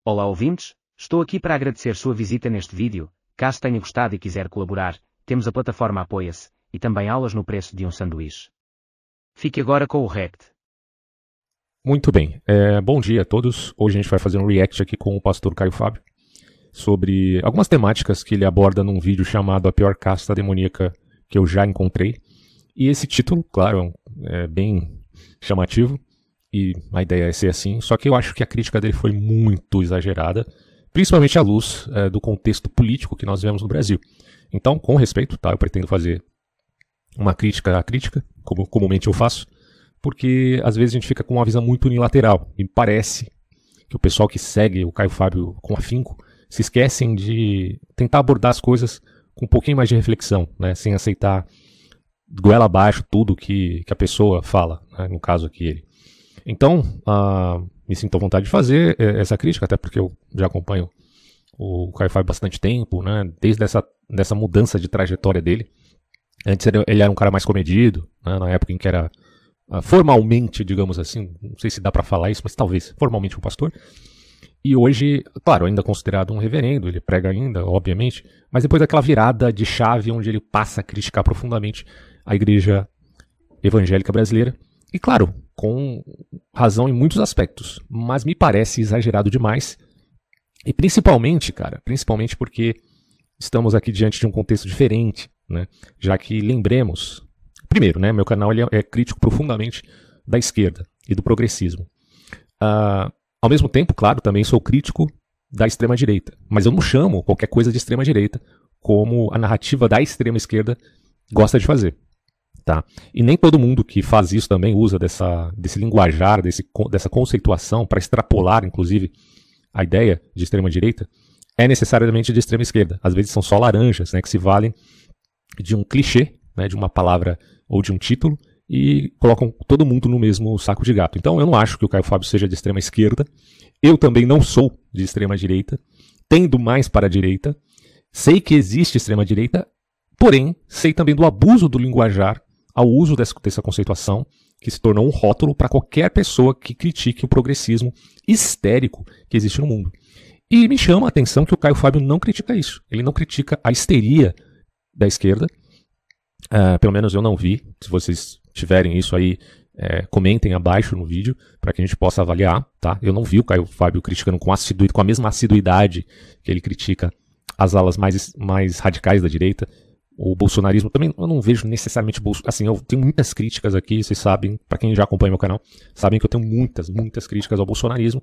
Olá ouvintes, estou aqui para agradecer sua visita neste vídeo. Caso tenha gostado e quiser colaborar, temos a plataforma Apoia-se, e também aulas no preço de um sanduíche. Fique agora com o React. Muito bem, bom dia a todos. Hoje a gente vai fazer um react aqui com o pastor Caio Fábio sobre algumas temáticas que ele aborda num vídeo chamado A Pior Casta Demoníaca que eu já encontrei. E esse título, claro, é bem chamativo e a ideia é ser assim, só que eu acho que a crítica dele foi muito exagerada, principalmente à luz do contexto político que nós vemos no Brasil. Então, com respeito, tá, eu pretendo fazer uma crítica à crítica, como comumente eu faço, porque às vezes a gente fica com uma visão muito unilateral e parece que o pessoal que segue o Caio Fábio com afinco se esquecem de tentar abordar as coisas com um pouquinho mais de reflexão, né, sem aceitar goela abaixo tudo que a pessoa fala, né, no caso aqui ele. Então, me sinto à vontade de fazer essa crítica, até porque eu já acompanho o Caio Fábio há bastante tempo, né, desde dessa mudança de trajetória dele. Antes ele era um cara mais comedido, né, na época em que era formalmente, digamos assim, não sei se dá para falar isso, mas talvez formalmente um pastor. E hoje, claro, ainda considerado um reverendo, ele prega ainda, obviamente, mas depois daquela virada de chave onde ele passa a criticar profundamente a igreja evangélica brasileira. E claro, com razão em muitos aspectos, mas me parece exagerado demais. E principalmente, principalmente porque estamos aqui diante de um contexto diferente, né? Já que lembremos, primeiro, né, meu canal ele é crítico profundamente da esquerda e do progressismo. Ao mesmo tempo, claro, também sou crítico da extrema-direita, mas eu não chamo qualquer coisa de extrema-direita como a narrativa da extrema-esquerda gosta de fazer. Tá? E nem todo mundo que faz isso também usa desse linguajar, dessa conceituação para extrapolar, inclusive, a ideia de extrema-direita, é necessariamente de extrema-esquerda. Às vezes são só laranjas, né, que se valem de um clichê, né, de uma palavra ou de um título, e colocam todo mundo no mesmo saco de gato. Então eu não acho que o Caio Fábio seja de extrema-esquerda, eu também não sou de extrema-direita, tendo mais para a direita, sei que existe extrema-direita, porém sei também do abuso do linguajar ao uso dessa conceituação, que se tornou um rótulo para qualquer pessoa que critique o progressismo histérico que existe no mundo. E me chama a atenção que o Caio Fábio não critica isso. Ele não critica a histeria da esquerda. Pelo menos eu não vi. Se vocês tiverem isso aí, comentem abaixo no vídeo para que a gente possa avaliar. Tá? Eu não vi o Caio Fábio criticando com a mesma assiduidade que ele critica as alas mais radicais da direita. O bolsonarismo também, eu não vejo necessariamente assim, eu tenho muitas críticas aqui, vocês sabem, para quem já acompanha meu canal, sabem que eu tenho muitas críticas ao bolsonarismo,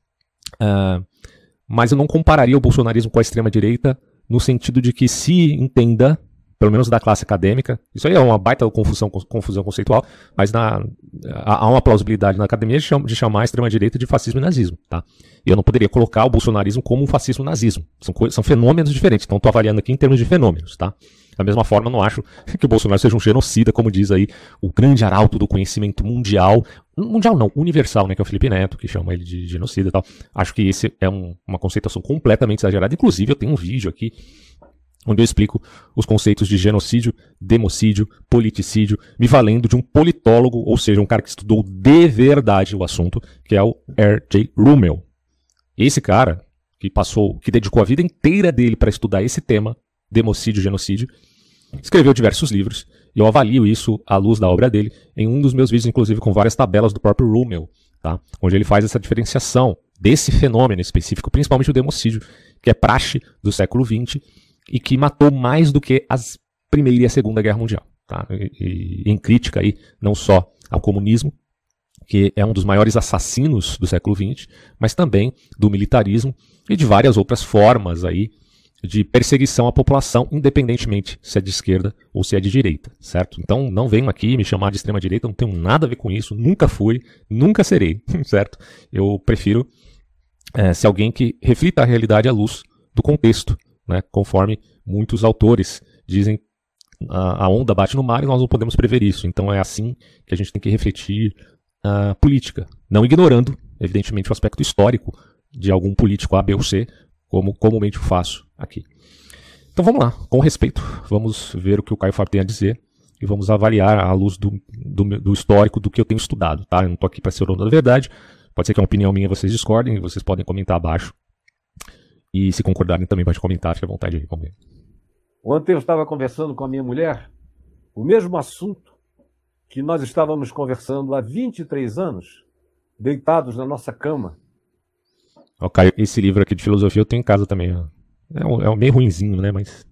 mas eu não compararia o bolsonarismo com a extrema-direita no sentido de que se entenda, pelo menos da classe acadêmica, isso aí é uma baita confusão conceitual, mas há uma plausibilidade na academia de chamar a extrema-direita de fascismo e nazismo, tá? E eu não poderia colocar o bolsonarismo como um fascismo e nazismo, são fenômenos diferentes, então estou avaliando aqui em termos de fenômenos, tá? Da mesma forma, eu não acho que o Bolsonaro seja um genocida, como diz aí o grande arauto do conhecimento mundial não, universal, né, que é o Felipe Neto, que chama ele de genocida e tal. Acho que esse é uma conceituação completamente exagerada. Inclusive, eu tenho um vídeo aqui onde eu explico os conceitos de genocídio, democídio, politicídio, me valendo de um politólogo, ou seja, um cara que estudou de verdade o assunto, que é o R.J. Rummel. Esse cara, que dedicou a vida inteira dele para estudar esse tema, democídio, genocídio, escreveu diversos livros, e eu avalio isso à luz da obra dele, em um dos meus vídeos, inclusive com várias tabelas do próprio Rummel, tá? Onde ele faz essa diferenciação desse fenômeno específico, principalmente o democídio, que é praxe do século XX, e que matou mais do que as Primeira e a Segunda Guerra Mundial. Tá? E em crítica aí, não só ao comunismo, que é um dos maiores assassinos do século XX, mas também do militarismo e de várias outras formas aí de perseguição à população, independentemente se é de esquerda ou se é de direita, certo? Então não venham aqui me chamar de extrema-direita, não tenho nada a ver com isso, nunca fui, nunca serei, certo? Eu prefiro ser alguém que reflita a realidade à luz do contexto, né? Conforme muitos autores dizem, a onda bate no mar e nós não podemos prever isso, então é assim que a gente tem que refletir a política, não ignorando, evidentemente, o aspecto histórico de algum político A, B ou C, como comumente eu faço aqui. Então vamos lá, com respeito, vamos ver o que o Caio Fábio tem a dizer e vamos avaliar à luz do histórico do que eu tenho estudado, tá? Eu não estou aqui para ser o dono da verdade, pode ser que é uma opinião minha vocês discordem, vocês podem comentar abaixo E se concordarem também pode comentar, fique à vontade aí. Vamos ver. Ontem eu estava conversando com a minha mulher o mesmo assunto que nós estávamos conversando há 23 anos, deitados na nossa cama. Caio, esse livro aqui de filosofia eu tenho em casa também. Ó. É meio ruinzinho, né? Mas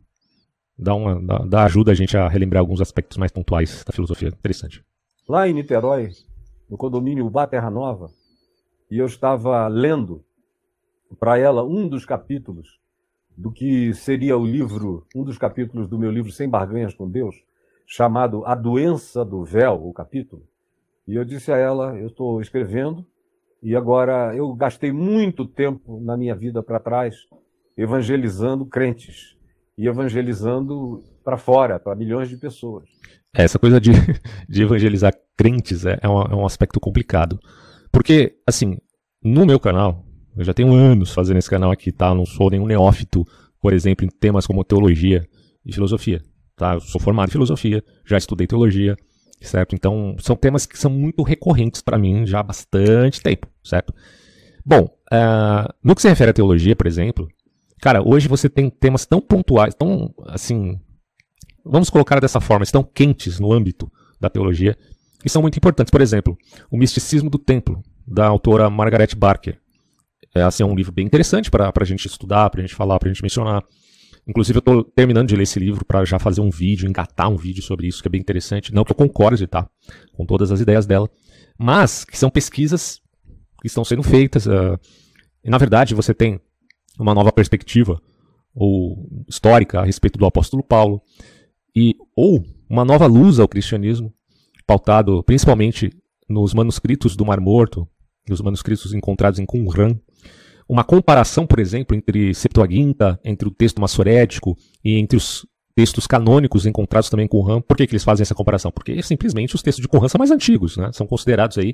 dá ajuda a gente a relembrar alguns aspectos mais pontuais da filosofia. Interessante. Lá em Niterói, no condomínio Ubá Terra Nova, e eu estava lendo para ela um dos capítulos do que seria o livro, um dos capítulos do meu livro Sem Barganhas com Deus, chamado A Doença do Véu, o capítulo. E eu disse a ela, eu estou escrevendo, e agora eu gastei muito tempo na minha vida para trás evangelizando crentes e evangelizando para fora, para milhões de pessoas. Essa coisa de evangelizar crentes é um aspecto complicado. Porque, assim, no meu canal, eu já tenho anos fazendo esse canal aqui, tá? Eu não sou nenhum neófito, por exemplo, em temas como teologia e filosofia, tá? Eu sou formado em filosofia, já estudei teologia, certo? Então, são temas que são muito recorrentes para mim já há bastante tempo, certo? Bom, no que se refere à teologia, por exemplo, cara, hoje você tem temas tão pontuais, tão, assim, vamos colocar dessa forma, estão quentes no âmbito da teologia, e são muito importantes. Por exemplo, O Misticismo do Templo, da autora Margaret Barker. Assim, é um livro bem interessante para a gente estudar, para a gente falar, para a gente mencionar. Inclusive, eu estou terminando de ler esse livro para já fazer um vídeo, engatar um vídeo sobre isso, que é bem interessante. Não que eu concorde, tá? Com todas as ideias dela. Mas que são pesquisas que estão sendo feitas. E, na verdade, você tem uma nova perspectiva ou histórica a respeito do apóstolo Paulo. Ou uma nova luz ao cristianismo, pautado principalmente nos manuscritos do Mar Morto, nos manuscritos encontrados em Qumran. Uma comparação, por exemplo, entre Septuaginta, entre o texto massorético e entre os textos canônicos encontrados também em Qumran. Por que eles fazem essa comparação? Porque simplesmente os textos de Qumran são mais antigos, né? São considerados aí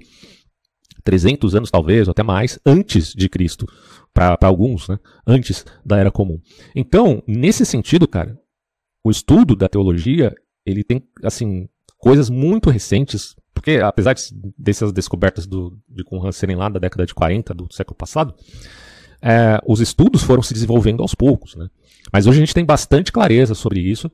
300 anos talvez, ou até mais, antes de Cristo, para alguns, né? Antes da Era Comum. Então, nesse sentido, cara, o estudo da teologia, ele tem, assim, coisas muito recentes, porque apesar dessas descobertas de Qumran serem lá da década de 40 do século passado, os estudos foram se desenvolvendo aos poucos, né? Mas hoje a gente tem bastante clareza sobre isso,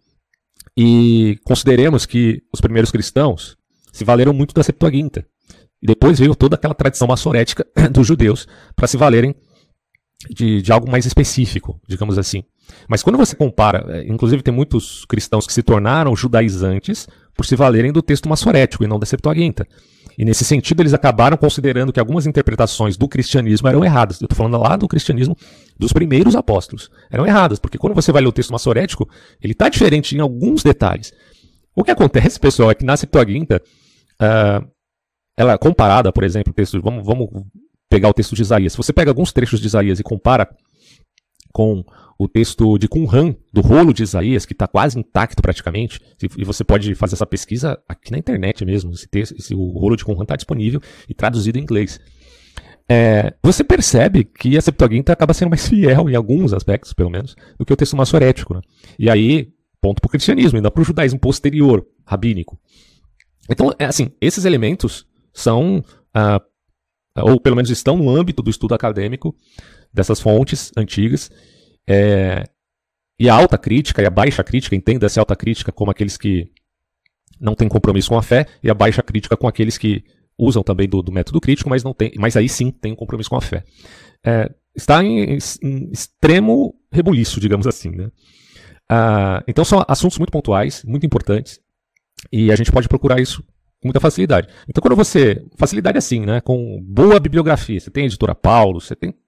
e consideremos que os primeiros cristãos se valeram muito da Septuaginta, e depois veio toda aquela tradição massorética dos judeus para se valerem de algo mais específico, digamos assim. Mas quando você compara, inclusive tem muitos cristãos que se tornaram judaizantes por se valerem do texto massorético e não da Septuaginta. E nesse sentido eles acabaram considerando que algumas interpretações do cristianismo eram erradas. Eu estou falando lá do cristianismo dos primeiros apóstolos. Eram erradas, porque quando você vai ler o texto massorético, ele está diferente em alguns detalhes. O que acontece, pessoal, é que na Septuaginta, ela comparada, por exemplo, o texto, vamos pegar o texto de Isaías. Se você pega alguns trechos de Isaías e compara com o texto de Qumran, do rolo de Isaías, que está quase intacto praticamente, e você pode fazer essa pesquisa aqui na internet mesmo, o rolo de Qumran está disponível e traduzido em inglês. Você percebe que a Septuaginta acaba sendo mais fiel, em alguns aspectos, pelo menos, do que o texto massorético, né? E aí, ponto para o cristianismo, ainda para o judaísmo posterior, rabínico. Então, assim, esses elementos são, ou pelo menos estão no âmbito do estudo acadêmico dessas fontes antigas, e a alta crítica e a baixa crítica, entenda-se a alta crítica como aqueles que não têm compromisso com a fé, e a baixa crítica com aqueles que usam também do método crítico, mas aí sim tem um compromisso com a fé. Está em extremo rebuliço, digamos assim, né? Então são assuntos muito pontuais, muito importantes, e a gente pode procurar isso com muita facilidade. Então quando facilidade assim, né, com boa bibliografia, você tem a editora Paulo, você tem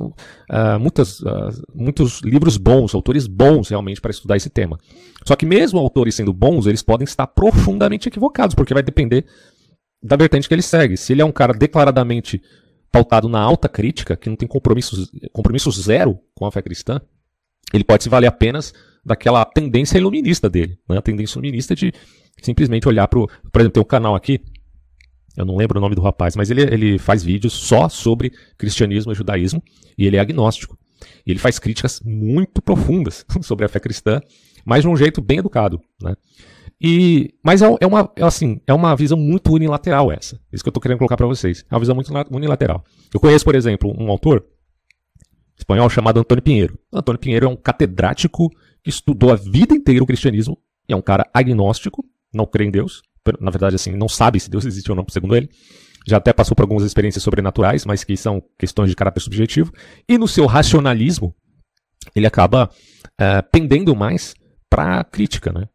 muitos livros bons, autores bons realmente para estudar esse tema. Só que mesmo autores sendo bons, eles podem estar profundamente equivocados, porque vai depender da vertente que ele segue. Se ele é um cara declaradamente pautado na alta crítica, que não tem compromisso zero com a fé cristã, ele pode se valer apenas daquela tendência iluminista dele, né? A tendência iluminista de simplesmente olhar por exemplo, tem um canal aqui, eu não lembro o nome do rapaz, mas ele faz vídeos só sobre cristianismo e judaísmo, e ele é agnóstico. E ele faz críticas muito profundas sobre a fé cristã, mas de um jeito bem educado, né? Mas é uma visão muito unilateral essa. Isso que eu estou querendo colocar para vocês. É uma visão muito unilateral. Eu conheço, por exemplo, um autor, espanhol chamado Antônio Pinheiro. Antônio Pinheiro é um catedrático que estudou a vida inteira o cristianismo e é um cara agnóstico, não crê em Deus, na verdade assim, não sabe se Deus existe ou não, segundo ele. Já até passou por algumas experiências sobrenaturais, mas que são questões de caráter subjetivo. E no seu racionalismo, ele acaba pendendo mais para a crítica, né?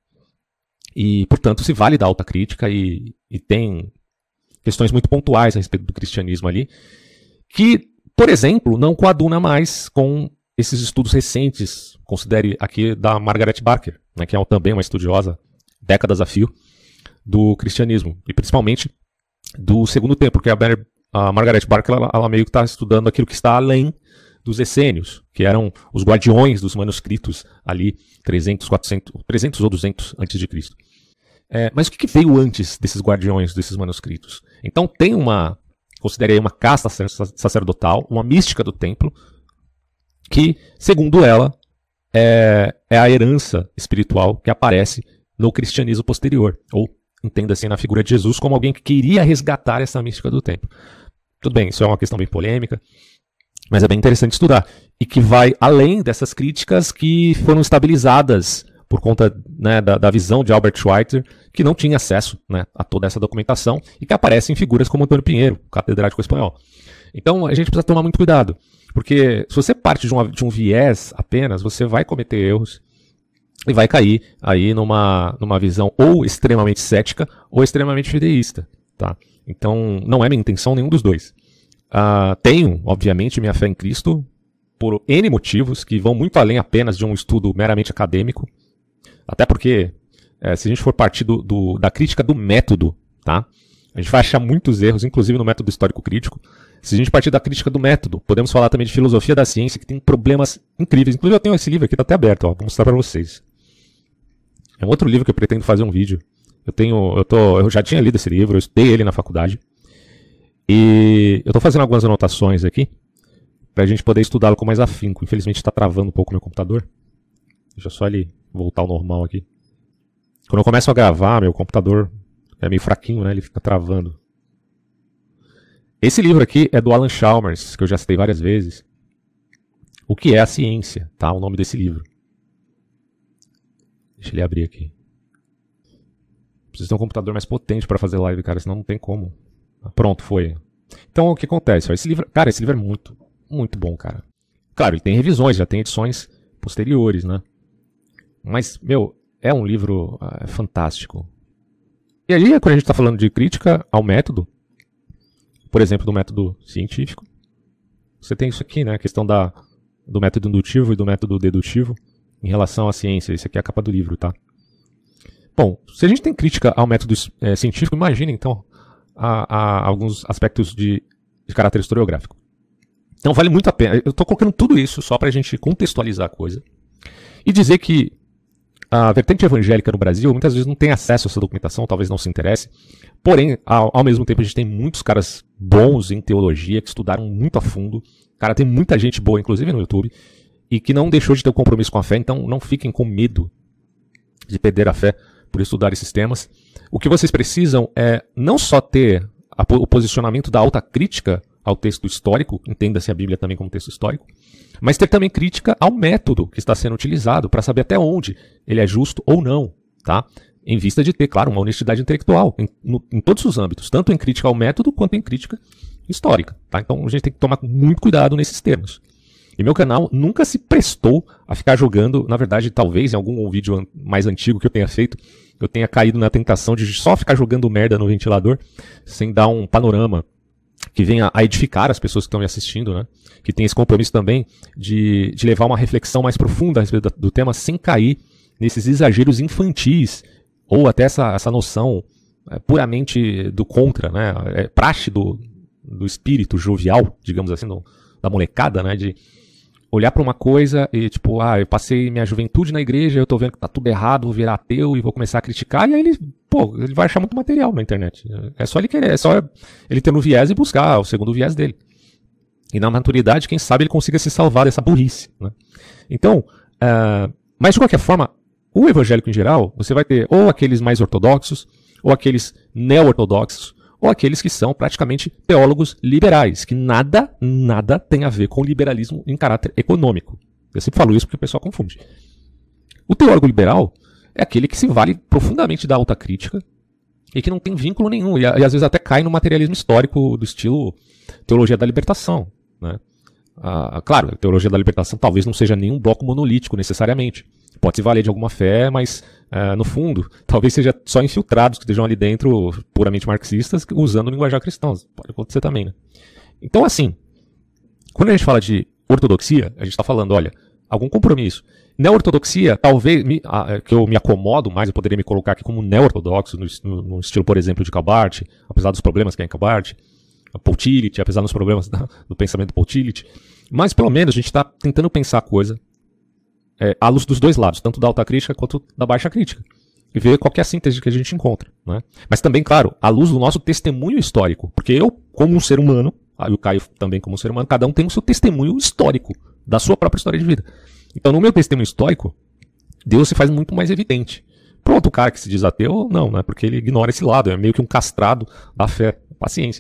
E, portanto, se vale da autocrítica e tem questões muito pontuais a respeito do cristianismo ali, que, por exemplo, não coaduna mais com esses estudos recentes, considere aqui da Margaret Barker, né, que é também uma estudiosa, décadas a fio, do cristianismo, e principalmente do Segundo Templo, porque a Margaret Barker ela meio que está estudando aquilo que está além dos essênios, que eram os guardiões dos manuscritos ali 300 ou 200 antes de Cristo. Mas o que veio antes desses guardiões desses manuscritos? Então tem considerei uma casta sacerdotal, uma mística do templo, que, segundo ela, é a herança espiritual que aparece no cristianismo posterior, ou entenda-se na figura de Jesus como alguém que queria resgatar essa mística do templo. Tudo bem, isso é uma questão bem polêmica, mas é bem interessante estudar, e que vai além dessas críticas que foram estabilizadas por conta, né, da visão de Albert Schweitzer, que não tinha acesso, né, a toda essa documentação, e que aparece em figuras como Antônio Pinheiro, catedrático espanhol. Então a gente precisa tomar muito cuidado, porque se você parte de um viés apenas, você vai cometer erros e vai cair aí numa visão ou extremamente cética ou extremamente fideísta. Tá? Então não é minha intenção nenhum dos dois. Tenho, obviamente, minha fé em Cristo por N motivos que vão muito além apenas de um estudo meramente acadêmico. Até porque, se a gente for partir da crítica do método, tá? A gente vai achar muitos erros, inclusive no método histórico-crítico. Se a gente partir da crítica do método, podemos falar também de filosofia da ciência, que tem problemas incríveis. Inclusive eu tenho esse livro aqui, está até aberto, ó, vou mostrar para vocês. É um outro livro que eu pretendo fazer um vídeo. Eu já tinha lido esse livro, eu estudei ele na faculdade. E eu estou fazendo algumas anotações aqui, para a gente poder estudá-lo com mais afinco. Infelizmente está travando um pouco o meu computador. Deixa só ele voltar ao normal aqui. Quando eu começo a gravar, meu computador é meio fraquinho, né? Ele fica travando. Esse livro aqui é do Alan Chalmers, que eu já citei várias vezes. O que é a ciência, tá? O nome desse livro. Deixa ele abrir aqui. Preciso ter um computador mais potente para fazer live, cara, senão não tem como. Pronto, foi. Então, o que acontece? Esse livro é muito, muito bom, cara. Claro, ele tem revisões, já tem edições posteriores, né? Mas, é um livro fantástico. E aí, quando a gente está falando de crítica ao método, por exemplo, do método científico, você tem isso aqui, né? A questão do método indutivo e do método dedutivo em relação à ciência. Isso aqui é a capa do livro, tá? Bom, se a gente tem crítica ao método científico, imagina, então, alguns aspectos de caráter historiográfico. Então, vale muito a pena. Eu estou colocando tudo isso só para a gente contextualizar a coisa e dizer que a vertente evangélica no Brasil muitas vezes não tem acesso a essa documentação, talvez não se interesse. Porém, ao mesmo tempo, a gente tem muitos caras bons em teologia que estudaram muito a fundo. Cara, tem muita gente boa, inclusive no YouTube, e que não deixou de ter um compromisso com a fé. Então, não fiquem com medo de perder a fé por estudar esses temas. O que vocês precisam é não só ter o posicionamento da alta crítica ao texto histórico, entenda-se a Bíblia também como texto histórico, mas ter também crítica ao método que está sendo utilizado para saber até onde ele é justo ou não, tá? Em vista de ter, claro, uma honestidade intelectual em todos os âmbitos, tanto em crítica ao método quanto em crítica histórica, tá? Então a gente tem que tomar muito cuidado nesses termos. E meu canal nunca se prestou a ficar jogando, na verdade, talvez em algum vídeo mais antigo que eu tenha feito, eu tenha caído na tentação de só ficar jogando merda no ventilador, sem dar um panorama que venha a edificar as pessoas que estão me assistindo, né? Que tem esse compromisso também de levar uma reflexão mais profunda a respeito do tema, sem cair nesses exageros infantis, ou até essa noção puramente do contra, né? Praxe do espírito jovial, digamos assim, da molecada, né? De olhar para uma coisa e tipo, eu passei minha juventude na igreja, eu tô vendo que tá tudo errado, vou virar ateu e vou começar a criticar, e aí ele vai achar muito material na internet. É só ele querer, é só ele ter no viés e buscar o segundo viés dele. E na maturidade, quem sabe ele consiga se salvar dessa burrice, né? Então, mas de qualquer forma, o evangélico em geral, você vai ter ou aqueles mais ortodoxos, ou aqueles neo-ortodoxos, ou aqueles que são praticamente teólogos liberais, que nada tem a ver com liberalismo em caráter econômico. Eu sempre falo isso porque o pessoal confunde. O teólogo liberal é aquele que se vale profundamente da autocrítica e que não tem vínculo nenhum, e às vezes até cai no materialismo histórico do estilo teologia da libertação, né? Claro, a teologia da libertação talvez não seja nenhum bloco monolítico necessariamente. Pode se valer de alguma fé, mas no fundo, talvez seja só infiltrados que estejam ali dentro, puramente marxistas, usando o linguajar cristão. Pode acontecer também, né? Então, assim, quando a gente fala de ortodoxia, a gente está falando, olha, algum compromisso. Neo-ortodoxia, talvez, que eu me acomodo mais, eu poderia me colocar aqui como neo-ortodoxo, no estilo, por exemplo, de Calbart, apesar dos problemas que é em Calbart, a Paul Tillich, apesar dos problemas do pensamento do Paul Tillich, mas pelo menos a gente está tentando pensar a coisa à luz dos dois lados, tanto da alta crítica quanto da baixa crítica, e ver qual que é a síntese que a gente encontra, né? Mas também, claro, à luz do nosso testemunho histórico, porque eu, como um ser humano, e o Caio também como um ser humano, cada um tem o seu testemunho histórico, da sua própria história de vida. Então, no meu testemunho histórico, Deus se faz muito mais evidente. Pronto, o cara que se diz ateu, não, né? Porque ele ignora esse lado, é meio que um castrado da fé, paciência.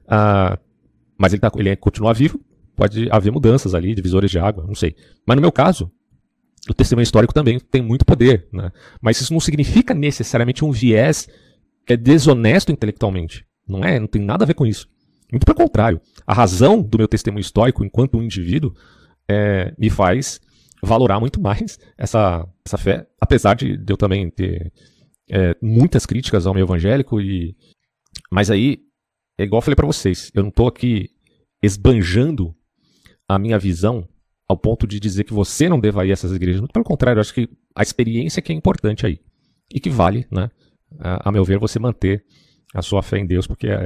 Mas ele continua vivo, pode haver mudanças ali, divisores de água, não sei. Mas no meu caso, o testemunho histórico também tem muito poder, né? Mas isso não significa necessariamente um viés que é desonesto intelectualmente. Não tem nada a ver com isso. Muito pelo contrário. A razão do meu testemunho histórico enquanto um indivíduo me faz valorar muito mais essa fé, apesar de eu também ter muitas críticas ao meio evangélico. Mas aí, é igual eu falei para vocês, eu não estou aqui esbanjando a minha visão ao ponto de dizer que você não deva ir a essas igrejas. Muito pelo contrário, eu acho que a experiência que é importante aí. E que vale, né, a meu ver, você manter a sua fé em Deus, porque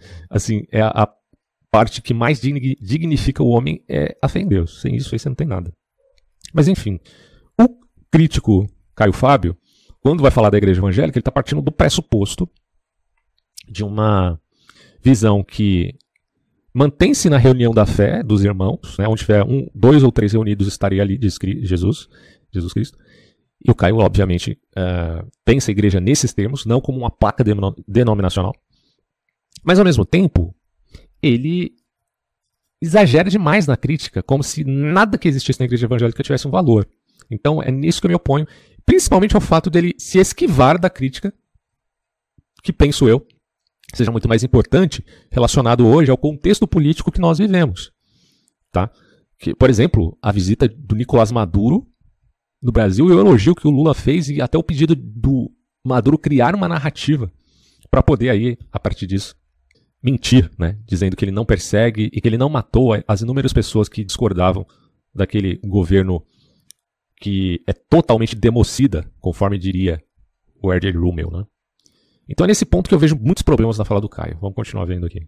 a parte que mais dignifica o homem é a fé em Deus. Sem isso aí você não tem nada. Mas enfim, o crítico Caio Fábio, quando vai falar da igreja evangélica, ele está partindo do pressuposto de uma visão que mantém-se na reunião da fé dos irmãos, né, onde tiver 2 ou 3 reunidos estaria ali, diz Jesus Cristo. E o Caio, obviamente, pensa a igreja nesses termos, não como uma placa denominacional. Mas, ao mesmo tempo, ele exagera demais na crítica, como se nada que existisse na igreja evangélica tivesse um valor. Então, é nisso que eu me oponho, principalmente ao fato dele se esquivar da crítica, que penso eu, seja muito mais importante, relacionado hoje ao contexto político que nós vivemos. Tá? Que, por exemplo, a visita do Nicolás Maduro no Brasil e o elogio que o Lula fez e até o pedido do Maduro criar uma narrativa para poder aí, a partir disso, mentir, né? Dizendo que ele não persegue e que ele não matou as inúmeras pessoas que discordavam daquele governo que é totalmente democida, conforme diria o R.J. Rummel, né? Então é nesse ponto que eu vejo muitos problemas na fala do Caio. Vamos continuar vendo aqui.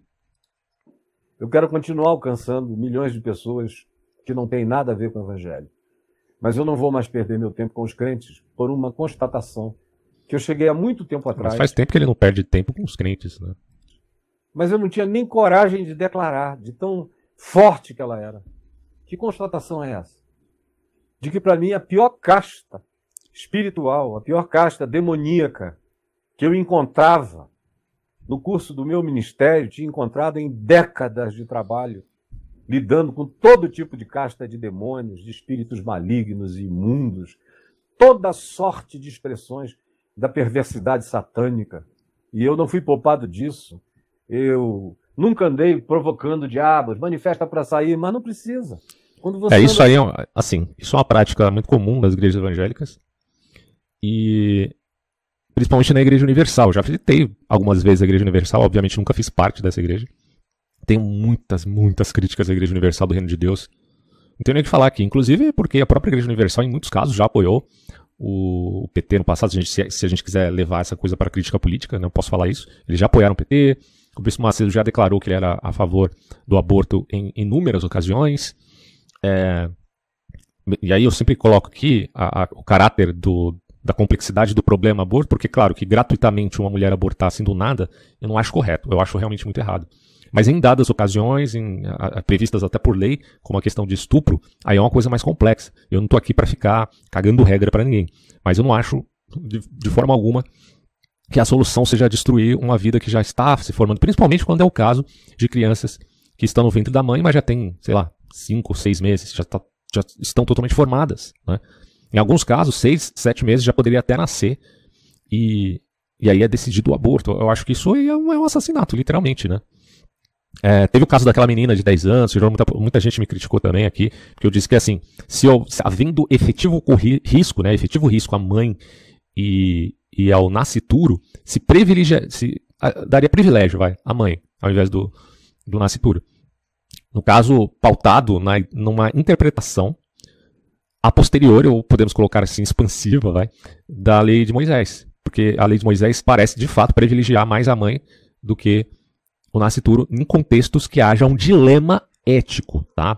Eu quero continuar alcançando milhões de pessoas que não têm nada a ver com o Evangelho. Mas eu não vou mais perder meu tempo com os crentes por uma constatação que eu cheguei há muito tempo atrás. Mas faz tempo que ele não perde tempo com os crentes, né? Mas eu não tinha nem coragem de declarar, de tão forte que ela era. Que constatação é essa? De que para mim a pior casta espiritual, a pior casta demoníaca que eu encontrava no curso do meu ministério, tinha encontrado em décadas de trabalho, lidando com todo tipo de casta de demônios, de espíritos malignos e imundos, toda sorte de expressões da perversidade satânica. E eu não fui poupado disso. Eu nunca andei provocando diabos, manifesta para sair, mas não precisa. Quando você isso aí, isso é uma prática muito comum das igrejas evangélicas. E principalmente na Igreja Universal. Já visitei algumas vezes a Igreja Universal, obviamente nunca fiz parte dessa igreja. Tenho muitas críticas à Igreja Universal do Reino de Deus. Não tenho nem o que falar aqui. Inclusive porque a própria Igreja Universal, em muitos casos, já apoiou o PT no passado. Se a gente quiser levar essa coisa para a crítica política, não posso falar isso. Eles já apoiaram o PT. O Bispo Macedo já declarou que ele era a favor do aborto em inúmeras ocasiões. E aí eu sempre coloco aqui o caráter da complexidade do problema aborto, porque claro que gratuitamente uma mulher abortar assim do nada, eu não acho correto. Eu acho realmente muito errado. Mas em dadas ocasiões, previstas até por lei, como a questão de estupro, aí é uma coisa mais complexa. Eu não estou aqui para ficar cagando regra para ninguém. Mas eu não acho, de forma alguma, que a solução seja destruir uma vida que já está se formando, principalmente quando é o caso de crianças que estão no ventre da mãe, mas já tem, sei lá, 5 ou 6 meses, já estão totalmente formadas, né? Em alguns casos, 6, 7 meses já poderia até nascer e aí é decidido o aborto. Eu acho que isso aí é um assassinato, literalmente, né? Teve o caso daquela menina de 10 anos, muita gente me criticou também aqui, porque eu disse que assim, se havendo efetivo risco, né, efetivo risco à mãe e ao nascituro, daria privilégio, à mãe, ao invés do nascituro. No caso, pautado numa interpretação a posteriori, ou podemos colocar assim, expansiva, da lei de Moisés. Porque a lei de Moisés parece, de fato, privilegiar mais a mãe do que o nascituro em contextos que haja um dilema ético, tá?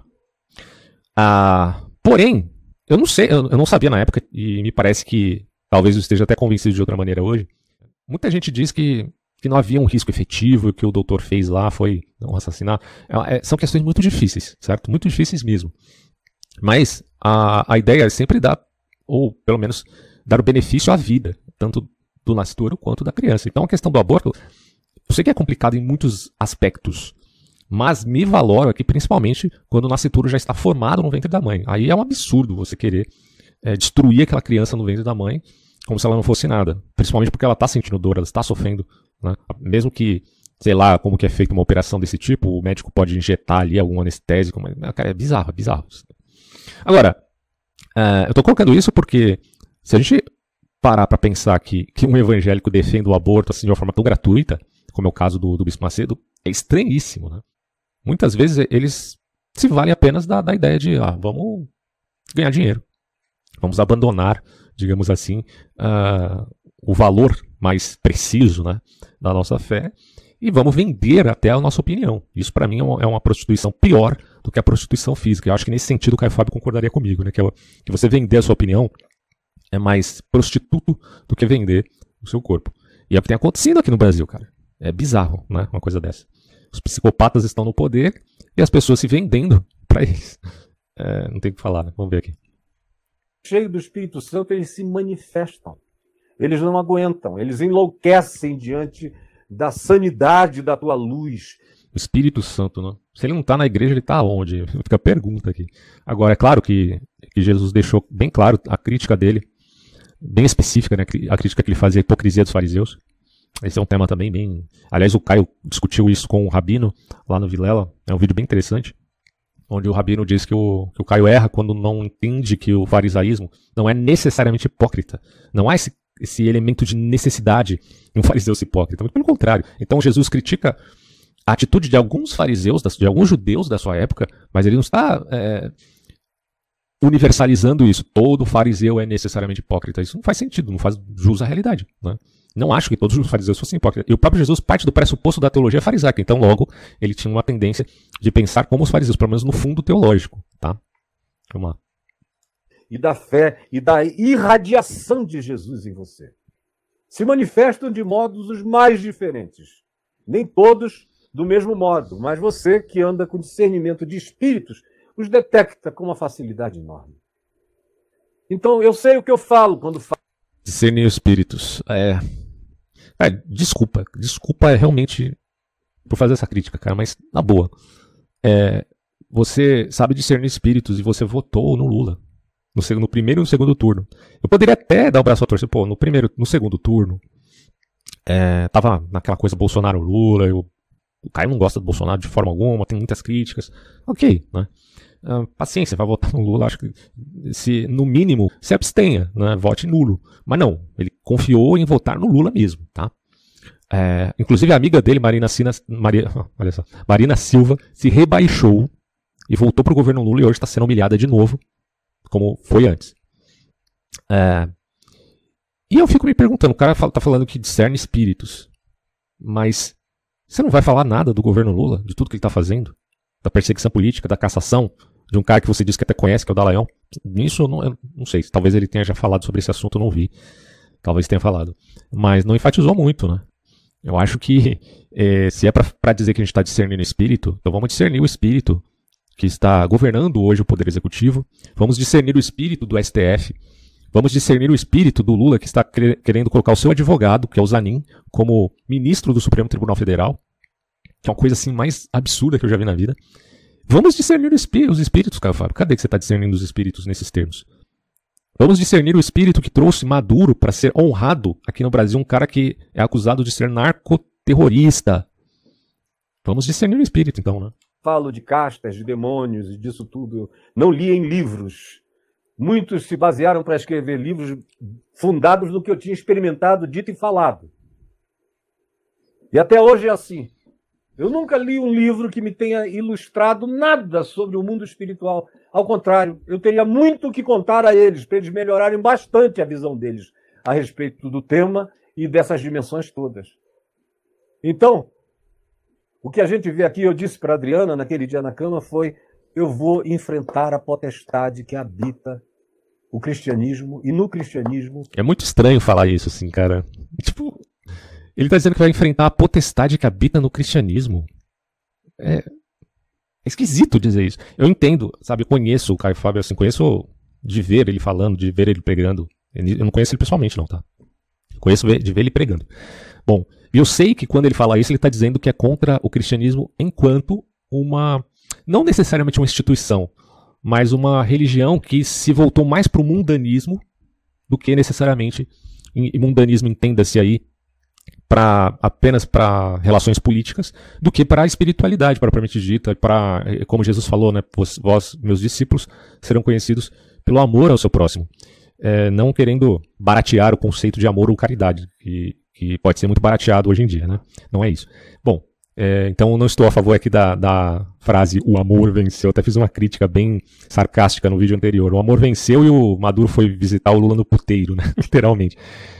Porém, eu não sei, eu não sabia na época, e me parece que talvez eu esteja até convencido de outra maneira hoje. Muita gente diz que não havia um risco efetivo, e o que o doutor fez lá foi um assassinato. São questões muito difíceis, certo? Muito difíceis mesmo. Mas a ideia é sempre dar, ou pelo menos dar o benefício à vida, tanto do nascituro quanto da criança. Então a questão do aborto, eu sei que é complicado em muitos aspectos, mas me valoro aqui principalmente quando o nascituro já está formado no ventre da mãe. Aí é um absurdo você querer destruir aquela criança no ventre da mãe como se ela não fosse nada. Principalmente porque ela está sentindo dor, ela está sofrendo, né? Mesmo que, sei lá, como que é feita uma operação desse tipo, o médico pode injetar ali algum anestésico, mas cara, é bizarro, é bizarro. Agora, eu estou colocando isso porque se a gente parar para pensar que um evangélico defende o aborto assim, de uma forma tão gratuita, como é o caso do Bispo Macedo, é estranhíssimo, né? Muitas vezes eles se valem apenas da ideia de vamos ganhar dinheiro, vamos abandonar, digamos assim, o valor mais preciso, né, da nossa fé e vamos vender até a nossa opinião. Isso para mim é uma prostituição pior do que a prostituição física. Eu acho que nesse sentido o Caio Fábio concordaria comigo, né, que você vender a sua opinião é mais prostituto do que vender o seu corpo. E é o que tem acontecido aqui no Brasil, cara. É bizarro, né, uma coisa dessa. Os psicopatas estão no poder e as pessoas se vendendo para eles. Não tem o que falar, né? Vamos ver aqui. Cheio do Espírito Santo, eles se manifestam. Eles não aguentam, eles enlouquecem diante da sanidade da tua luz. O Espírito Santo, né? Se ele não está na igreja, ele está onde? Fica a pergunta aqui. Agora, é claro que Jesus deixou bem claro a crítica dele, bem específica, né? A crítica que ele fazia à hipocrisia dos fariseus. Esse é um tema também bem... Aliás, o Caio discutiu isso com o Rabino lá no Vilela. É um vídeo bem interessante, onde o Rabino diz que o Caio erra quando não entende que o farisaísmo não é necessariamente hipócrita. Não há esse elemento de necessidade em um fariseu ser hipócrita. Muito pelo contrário. Então Jesus critica a atitude de alguns fariseus, de alguns judeus da sua época, mas ele não está universalizando isso. Todo fariseu é necessariamente hipócrita. Isso não faz sentido, não faz jus à realidade, né? Não acho que todos os fariseus fossem hipócritas. E o próprio Jesus parte do pressuposto da teologia farisaica. Então, logo, ele tinha uma tendência de pensar como os fariseus, pelo menos no fundo teológico, tá? Vamos lá. E da fé e da irradiação de Jesus em você. Se manifestam de modos os mais diferentes. Nem todos do mesmo modo, mas você que anda com discernimento de espíritos, os detecta com uma facilidade enorme. Então, eu sei o que eu falo quando falo. Discernir espíritos. Desculpa realmente por fazer essa crítica, cara, mas na boa. Você sabe discernir espíritos e você votou no Lula. No primeiro e no segundo turno. Eu poderia até dar o braço a torcer, no segundo turno, tava naquela coisa Bolsonaro-Lula, o Caio não gosta do Bolsonaro de forma alguma, tem muitas críticas. Ok, né? Paciência, vai votar no Lula, acho que no mínimo se abstenha, né? Vote nulo. Mas não, ele confiou em votar no Lula mesmo, tá? Inclusive a amiga dele, Marina Silva, se rebaixou e voltou pro governo Lula e hoje está sendo humilhada de novo, como foi antes. E eu fico me perguntando, o cara tá falando que discerne espíritos, mas você não vai falar nada do governo Lula, de tudo que ele está fazendo? Da perseguição política, da cassação, de um cara que você diz que até conhece, que é o Dallagnol? Nisso eu não sei, talvez ele tenha já falado sobre esse assunto, eu não vi. Talvez tenha falado. Mas não enfatizou muito, né? Eu acho que se é para dizer que a gente está discernindo o espírito, então vamos discernir o espírito que está governando hoje o Poder Executivo, vamos discernir o espírito do STF, Vamos discernir o espírito do Lula, que está querendo colocar o seu advogado, que é o Zanin, como ministro do Supremo Tribunal Federal, que é uma coisa assim mais absurda que eu já vi na vida. Vamos discernir os espíritos, Caio Fábio. Cadê que você está discernindo os espíritos nesses termos? Vamos discernir o espírito que trouxe Maduro para ser honrado aqui no Brasil, um cara que é acusado de ser narcoterrorista. Vamos discernir o espírito, então, né? Falo de castas, de demônios e disso tudo. Eu não li em livros. Muitos se basearam para escrever livros fundados no que eu tinha experimentado, dito e falado. E até hoje é assim. Eu nunca li um livro que me tenha ilustrado nada sobre o mundo espiritual. Ao contrário, eu teria muito o que contar a eles, para eles melhorarem bastante a visão deles a respeito do tema e dessas dimensões todas. Então, o que a gente vê aqui, eu disse para a Adriana naquele dia na cama, foi: eu vou enfrentar a potestade que habita o cristianismo, e no cristianismo... É muito estranho falar isso, assim, cara. Tipo, ele tá dizendo que vai enfrentar a potestade que habita no cristianismo. É esquisito dizer isso. Eu entendo, sabe, eu conheço o Caio Fábio, assim, conheço de ver ele falando, de ver ele pregando. Eu não conheço ele pessoalmente, não, tá? Conheço de ver ele pregando. Bom, e eu sei que quando ele fala isso, ele tá dizendo que é contra o cristianismo enquanto uma... não necessariamente uma instituição, mas uma religião que se voltou mais para o mundanismo do que necessariamente, e mundanismo entenda-se aí, apenas para relações políticas, do que para a espiritualidade, propriamente dita, para, como Jesus falou, né, vós, meus discípulos, serão conhecidos pelo amor ao seu próximo. Não querendo baratear o conceito de amor ou caridade, que pode ser muito barateado hoje em dia, né? Não é isso. Bom, então não estou a favor aqui da frase "o amor venceu". Eu até fiz uma crítica bem sarcástica no vídeo anterior. O amor venceu e o Maduro foi visitar o Lula no puteiro, né? Literalmente.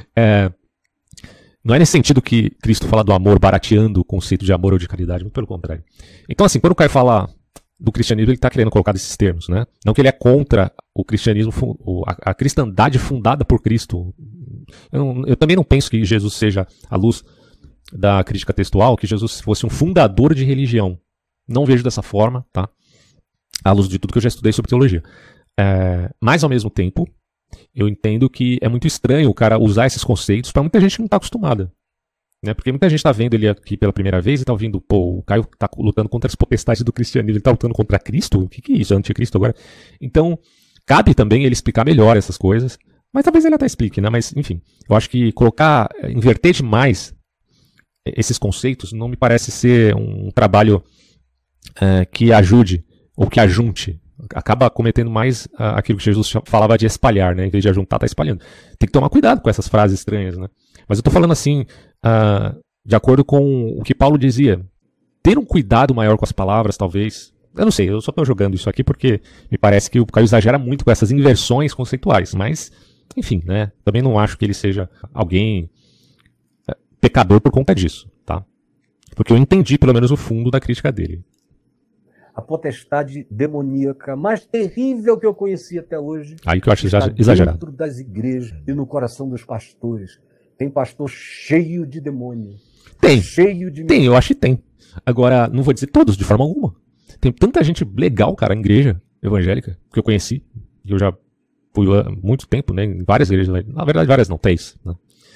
Não é nesse sentido que Cristo fala do amor barateando o conceito de amor ou de caridade, muito pelo contrário. Então, assim, quando o Caio fala do cristianismo, ele está querendo colocar esses termos, né? Não que ele é contra o cristianismo, a cristandade fundada por Cristo. Eu também não penso que Jesus seja, à luz da crítica textual, que Jesus fosse um fundador de religião. Não vejo dessa forma, tá? À luz de tudo que eu já estudei sobre teologia. Mas, ao mesmo tempo, eu entendo que é muito estranho o cara usar esses conceitos para muita gente que não está acostumada. Né? Porque muita gente está vendo ele aqui pela primeira vez e está ouvindo, pô, o Caio está lutando contra as potestades do cristianismo, ele está lutando contra Cristo? O que é isso? É anticristo agora? Então, cabe também ele explicar melhor essas coisas. Mas talvez ele até explique, né? Mas, enfim, eu acho que inverter demais esses conceitos não me parece ser um trabalho que ajude ou que ajunte. Acaba cometendo mais aquilo que Jesus falava de espalhar, né? Em vez de ajuntar, tá espalhando. Tem que tomar cuidado com essas frases estranhas, né? Mas eu tô falando assim, de acordo com o que Paulo dizia. Ter um cuidado maior com as palavras, talvez. Eu não sei, eu só tô jogando isso aqui porque me parece que o Caio exagera muito com essas inversões conceituais. Mas, enfim, né? Também não acho que ele seja alguém pecador por conta disso, tá? Porque eu entendi pelo menos o fundo da crítica dele. A potestade demoníaca mais terrível que eu conheci até hoje. Aí que eu acho exagerado. Dentro das igrejas e no coração dos pastores. Tem pastor cheio de demônio. Tem, eu acho que tem. Agora, não vou dizer todos, de forma alguma. Tem tanta gente legal, cara, em igreja evangélica, que eu conheci. E eu já fui lá há muito tempo, né? Em várias igrejas. Na verdade, várias não, 3. Né?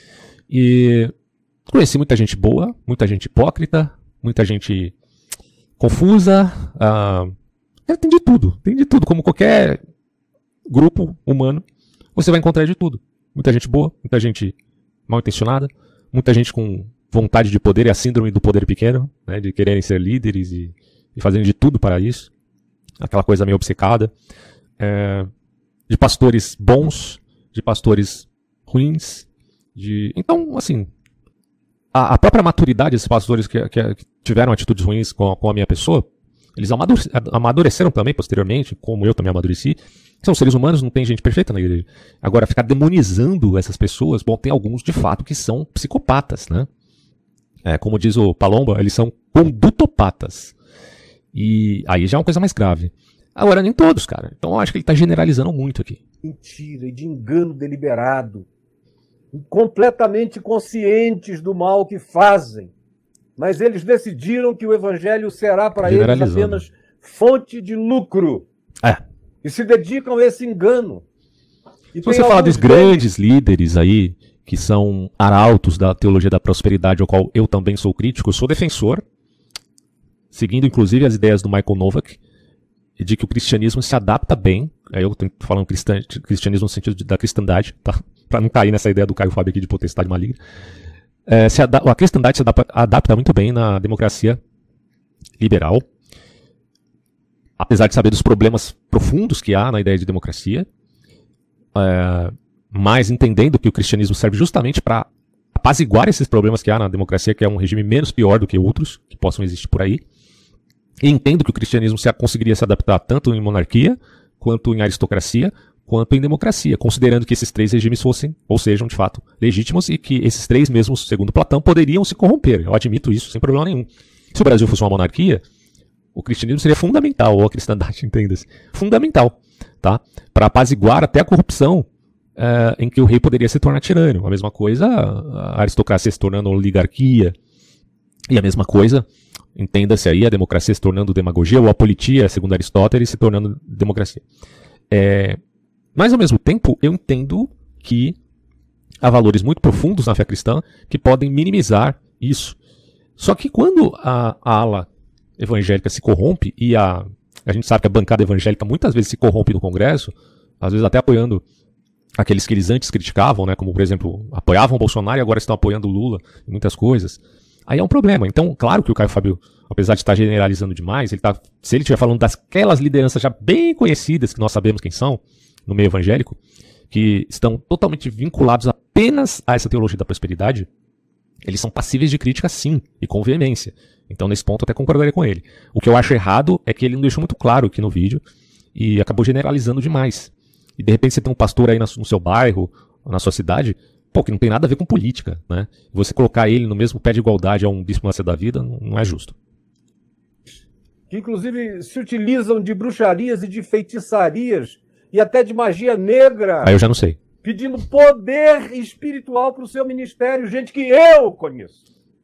E conheci muita gente boa, muita gente hipócrita, muita gente confusa. Tem de tudo. Como qualquer grupo humano, você vai encontrar de tudo. Muita gente boa, muita gente mal intencionada, muita gente com vontade de poder, é a síndrome do poder pequeno, né, de quererem ser líderes e fazendo de tudo para isso. Aquela coisa meio obcecada. De pastores bons, de pastores ruins. Então, assim, a própria maturidade desses pastores que tiveram atitudes ruins com a minha pessoa, eles amadureceram também posteriormente, como eu também amadureci. São seres humanos, não tem gente perfeita na igreja. Agora, ficar demonizando essas pessoas, bom, tem alguns de fato que são psicopatas, né? Como diz o Palomba, eles são condutopatas. E aí já é uma coisa mais grave. Agora, nem todos, cara. Então eu acho que ele está generalizando muito aqui. Mentira e de engano deliberado. Completamente conscientes do mal que fazem. Mas eles decidiram que o evangelho será para eles apenas fonte de lucro. E se dedicam a esse engano. Se você falar dos grandes líderes aí, que são arautos da teologia da prosperidade, ao qual eu também sou crítico, eu sou defensor, seguindo inclusive as ideias do Michael Novak, de que o cristianismo se adapta bem, aí eu estou falando cristianismo no sentido da cristandade, tá? Para não cair nessa ideia do Caio Fábio aqui de potestade maligna. A cristandade se adapta muito bem na democracia liberal, apesar de saber dos problemas profundos que há na ideia de democracia, mas entendendo que o cristianismo serve justamente para apaziguar esses problemas que há na democracia, que é um regime menos pior do que outros que possam existir por aí. E entendo que o cristianismo conseguiria se adaptar tanto em monarquia, quanto em aristocracia, quanto em democracia, considerando que esses três regimes fossem, ou sejam, de fato, legítimos e que esses três mesmos, segundo Platão, poderiam se corromper. Eu admito isso, sem problema nenhum. Se o Brasil fosse uma monarquia, o cristianismo seria fundamental, ou a cristandade, entenda-se, fundamental, tá? Para apaziguar até a corrupção em que o rei poderia se tornar tirano. A mesma coisa, a aristocracia se tornando oligarquia, e a mesma coisa, entenda-se aí, a democracia se tornando demagogia, ou a politia, segundo Aristóteles, se tornando democracia. Mas, ao mesmo tempo, eu entendo que há valores muito profundos na fé cristã que podem minimizar isso. Só que quando a ala evangélica se corrompe, e a gente sabe que a bancada evangélica muitas vezes se corrompe no Congresso, às vezes até apoiando aqueles que eles antes criticavam, né, como, por exemplo, apoiavam o Bolsonaro e agora estão apoiando o Lula em muitas coisas, aí é um problema. Então, claro que o Caio Fábio, apesar de estar generalizando demais, se ele estiver falando daquelas lideranças já bem conhecidas, que nós sabemos quem são, no meio evangélico, que estão totalmente vinculados apenas a essa teologia da prosperidade, eles são passíveis de crítica sim, e com veemência. Então, nesse ponto, eu até concordaria com ele. O que eu acho errado é que ele não deixou muito claro aqui no vídeo e acabou generalizando demais. E, de repente, você tem um pastor aí no seu bairro, na sua cidade, que não tem nada a ver com política, né? Você colocar ele no mesmo pé de igualdade a um bispo nascer da vida não é justo. Que, inclusive, se utilizam de bruxarias e de feitiçarias e até de magia negra. Aí eu já não sei. Pedindo poder espiritual para o seu ministério, gente que eu conheço.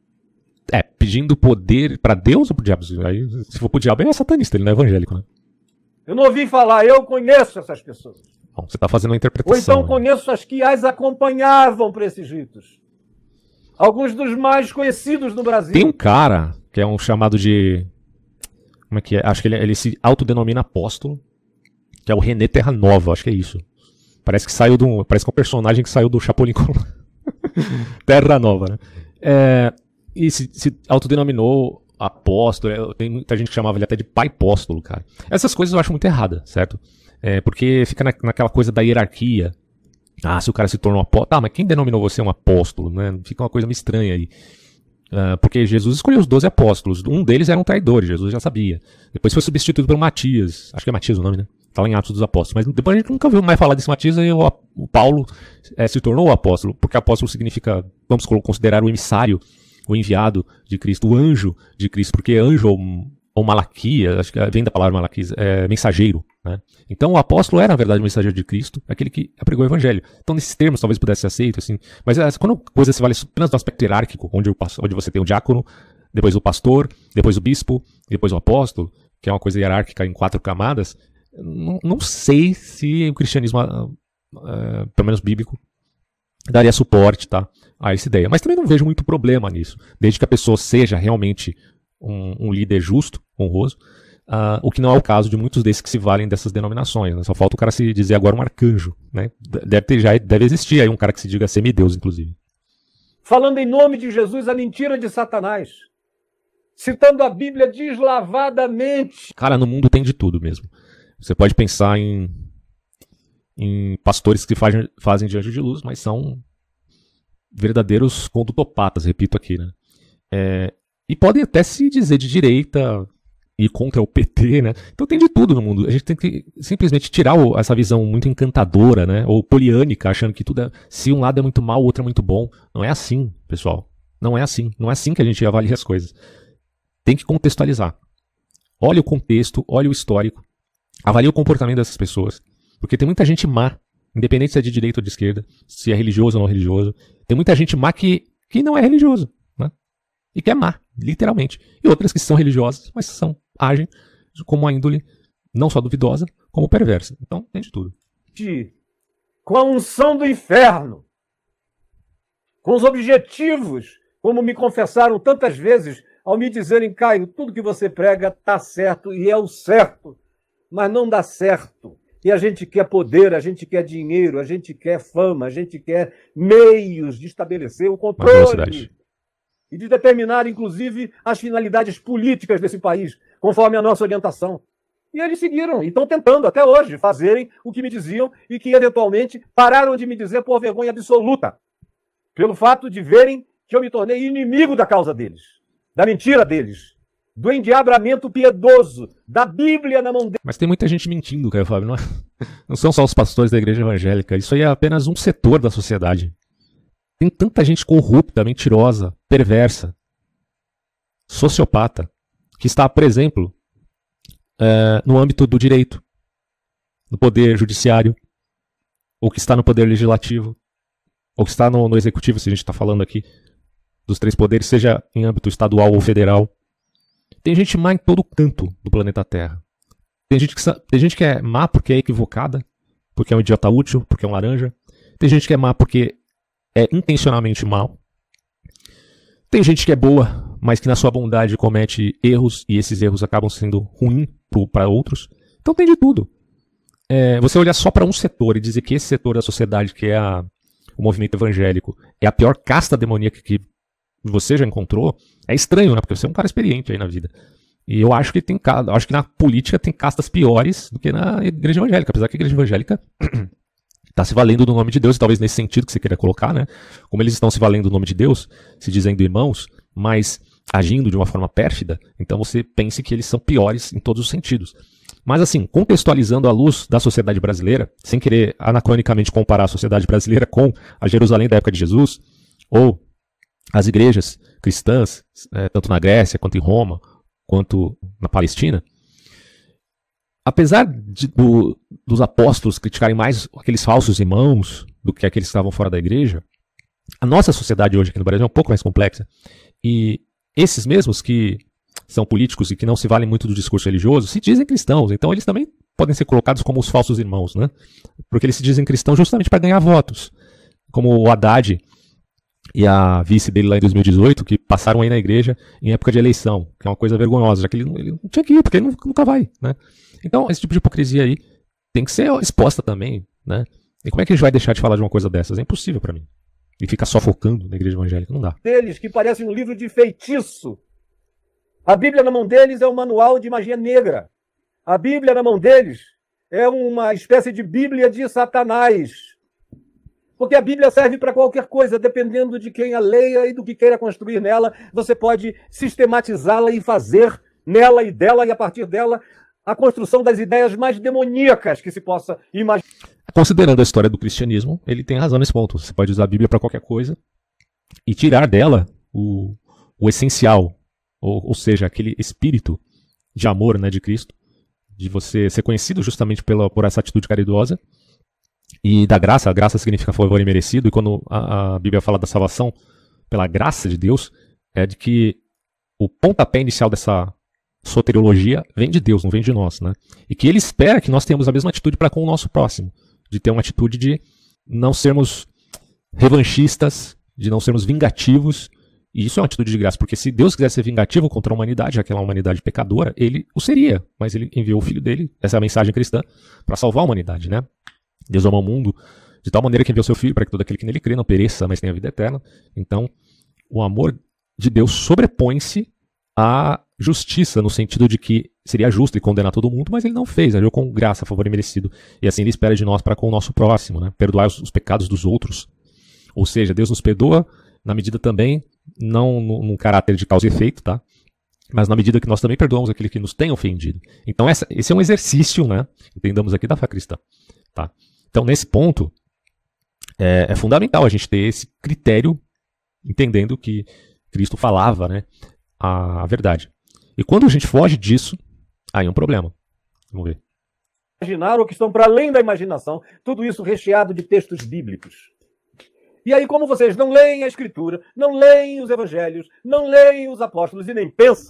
Pedindo poder para Deus ou para o diabo? Aí, se for para o diabo, ele é satanista, ele não é evangélico, né? Eu não ouvi falar, eu conheço essas pessoas. Bom, você está fazendo uma interpretação. Ou então conheço as que as acompanhavam para esses ritos. Alguns dos mais conhecidos no Brasil. Tem um cara que é um chamado de... Como é que é? Acho que ele se autodenomina apóstolo, que é o René Terra Nova, acho que é isso. Parece que parece que é um personagem que saiu do Chapolin Colorado. Terra Nova, né? E se autodenominou apóstolo. Tem muita gente que chamava ele até de pai apóstolo, cara. Essas coisas eu acho muito errada, certo? Porque fica naquela coisa da hierarquia. Se o cara se tornou um apóstolo... mas quem denominou você um apóstolo, né? Fica uma coisa meio estranha aí. Porque Jesus escolheu os 12 apóstolos. Um deles era um traidor, Jesus já sabia. Depois foi substituído por Matias. Acho que é Matias o nome, né? Tá lá em Atos dos Apóstolos. Mas depois a gente nunca viu mais falar desse Matias, e o Paulo se tornou o apóstolo. Porque apóstolo significa, vamos considerar o emissário, o enviado de Cristo, o anjo de Cristo. Porque anjo ou Malaquias, acho que vem da palavra Malaquias, mensageiro, né? Então o apóstolo era, na verdade, o mensageiro de Cristo, aquele que pregou o evangelho. Então nesses termos talvez pudesse ser aceito, assim, mas quando a coisa se vale apenas do aspecto hierárquico, onde você tem o diácono, depois o pastor, depois o bispo, depois o apóstolo, que é uma coisa hierárquica em 4 camadas, não sei se o cristianismo, pelo menos bíblico, daria suporte, tá, a essa ideia. Mas também não vejo muito problema nisso, desde que a pessoa seja realmente um líder justo, honroso, o que não é o caso de muitos desses que se valem dessas denominações, né? Só falta o cara se dizer agora um arcanjo, né? Deve existir aí um cara que se diga semideus, inclusive. Falando em nome de Jesus, a mentira de Satanás. Citando a Bíblia deslavadamente. Cara, no mundo tem de tudo mesmo. Você pode pensar em pastores que fazem de anjo de luz, mas são verdadeiros condutopatas, repito aqui, né? E podem até se dizer de direita e contra o PT, né? Então tem de tudo no mundo. A gente tem que simplesmente tirar essa visão muito encantadora, né? Ou poliânica, achando que tudo se um lado é muito mal, o outro é muito bom. Não é assim, pessoal. Não é assim. Não é assim que a gente avalia as coisas. Tem que contextualizar. Olha o contexto, olha o histórico. Avalie o comportamento dessas pessoas. Porque tem muita gente má, independente se é de direita ou de esquerda, se é religioso ou não religioso. Tem muita gente má que não é religioso, né? E que é má, literalmente. E outras que são religiosas, mas agem como uma índole não só duvidosa, como perversa. Então, tem de tudo. com a unção do inferno, com os objetivos, como me confessaram tantas vezes, ao me dizerem, Caio, tudo que você prega está certo e é o certo, mas não dá certo. E a gente quer poder, a gente quer dinheiro, a gente quer fama, a gente quer meios de estabelecer o controle e de determinar, inclusive, as finalidades políticas desse país, conforme a nossa orientação. E eles seguiram, e estão tentando até hoje fazerem o que me diziam e que, eventualmente, pararam de me dizer por vergonha absoluta, pelo fato de verem que eu me tornei inimigo da causa deles, da mentira deles, do endiabramento piedoso, da Bíblia na mão deles. Mas tem muita gente mentindo, Caio Fábio, não é? Não são só os pastores da igreja evangélica, isso aí é apenas um setor da sociedade. Tem tanta gente corrupta, mentirosa, perversa, sociopata, que está, por exemplo, no âmbito do direito, no poder judiciário, ou que está no poder legislativo, ou que está no executivo, se a gente está falando aqui dos três poderes, seja em âmbito estadual ou federal. Tem gente má em todo canto do planeta Terra. Tem gente que é má porque é equivocada, porque é um idiota útil, porque é um laranja. Tem gente que é má porque é intencionalmente mal. Tem gente que é boa, mas que na sua bondade comete erros, e esses erros acabam sendo ruins para outros. Então tem de tudo. Você olhar só para um setor e dizer que esse setor da sociedade, que é o movimento evangélico, é a pior casta demoníaca que você já encontrou, é estranho, né? Porque você é um cara experiente aí na vida. E eu acho que acho que na política tem castas piores do que na igreja evangélica, apesar que a igreja evangélica está se valendo do nome de Deus, e talvez nesse sentido que você queira colocar, né? Como eles estão se valendo do nome de Deus, se dizendo irmãos, mas agindo de uma forma pérfida, então você pense que eles são piores em todos os sentidos. Mas assim, contextualizando à luz da sociedade brasileira, sem querer anacronicamente comparar a sociedade brasileira com a Jerusalém da época de Jesus, ou as igrejas cristãs, tanto na Grécia, quanto em Roma, quanto na Palestina, apesar dos apóstolos criticarem mais aqueles falsos irmãos do que aqueles que estavam fora da igreja, a nossa sociedade hoje aqui no Brasil é um pouco mais complexa. E esses mesmos que são políticos e que não se valem muito do discurso religioso, se dizem cristãos, então eles também podem ser colocados como os falsos irmãos, né? Porque eles se dizem cristãos justamente para ganhar votos, como o Haddad e a vice dele lá em 2018, que passaram aí na igreja em época de eleição, que é uma coisa vergonhosa, já que ele não tinha que ir, porque ele nunca vai, né? Então, esse tipo de hipocrisia aí tem que ser exposta também, né? E como é que a gente vai deixar de falar de uma coisa dessas? É impossível para mim. E ficar só focando na igreja evangélica, não dá. Deles, que parecem um livro de feitiço. A Bíblia na mão deles é um manual de magia negra. A Bíblia na mão deles é uma espécie de Bíblia de Satanás. Porque a Bíblia serve para qualquer coisa, dependendo de quem a leia e do que queira construir nela, você pode sistematizá-la e fazer nela e dela, e a partir dela, a construção das ideias mais demoníacas que se possa imaginar. Considerando a história do cristianismo, ele tem razão nesse ponto. Você pode usar a Bíblia para qualquer coisa e tirar dela o essencial, ou seja, aquele espírito de amor, né, de Cristo, de você ser conhecido justamente por essa atitude caridosa, e da graça. A graça significa favor imerecido, e quando a Bíblia fala da salvação pela graça de Deus, é de que o pontapé inicial dessa soteriologia vem de Deus, não vem de nós, né? E que ele espera que nós tenhamos a mesma atitude para com o nosso próximo, de ter uma atitude de não sermos revanchistas, de não sermos vingativos. E isso é uma atitude de graça, porque se Deus quisesse ser vingativo contra a humanidade, aquela humanidade pecadora, ele o seria, mas ele enviou o Filho dele, essa é a mensagem cristã, para salvar a humanidade, né? Deus ama o mundo de tal maneira que enviou seu Filho para que todo aquele que nele crê não pereça, mas tenha a vida eterna. Então, o amor de Deus sobrepõe-se à justiça, no sentido de que seria justo e condenar todo mundo, mas ele não fez, agiu com graça, favor imerecido. E assim ele espera de nós para com o nosso próximo, né? Perdoar os pecados dos outros. Ou seja, Deus nos perdoa na medida também, não num caráter de causa e efeito, tá? Mas na medida que nós também perdoamos aquele que nos tem ofendido. Então esse é um exercício, né? Entendamos aqui da fé cristã, tá? Então nesse ponto, é fundamental a gente ter esse critério, entendendo que Cristo falava, né, a verdade. E quando a gente foge disso, aí é um problema. Vamos ver. Imaginar ou que estão para além da imaginação, tudo isso recheado de textos bíblicos. E aí, como vocês não leem a Escritura, não leem os Evangelhos, não leem os apóstolos e nem pensam,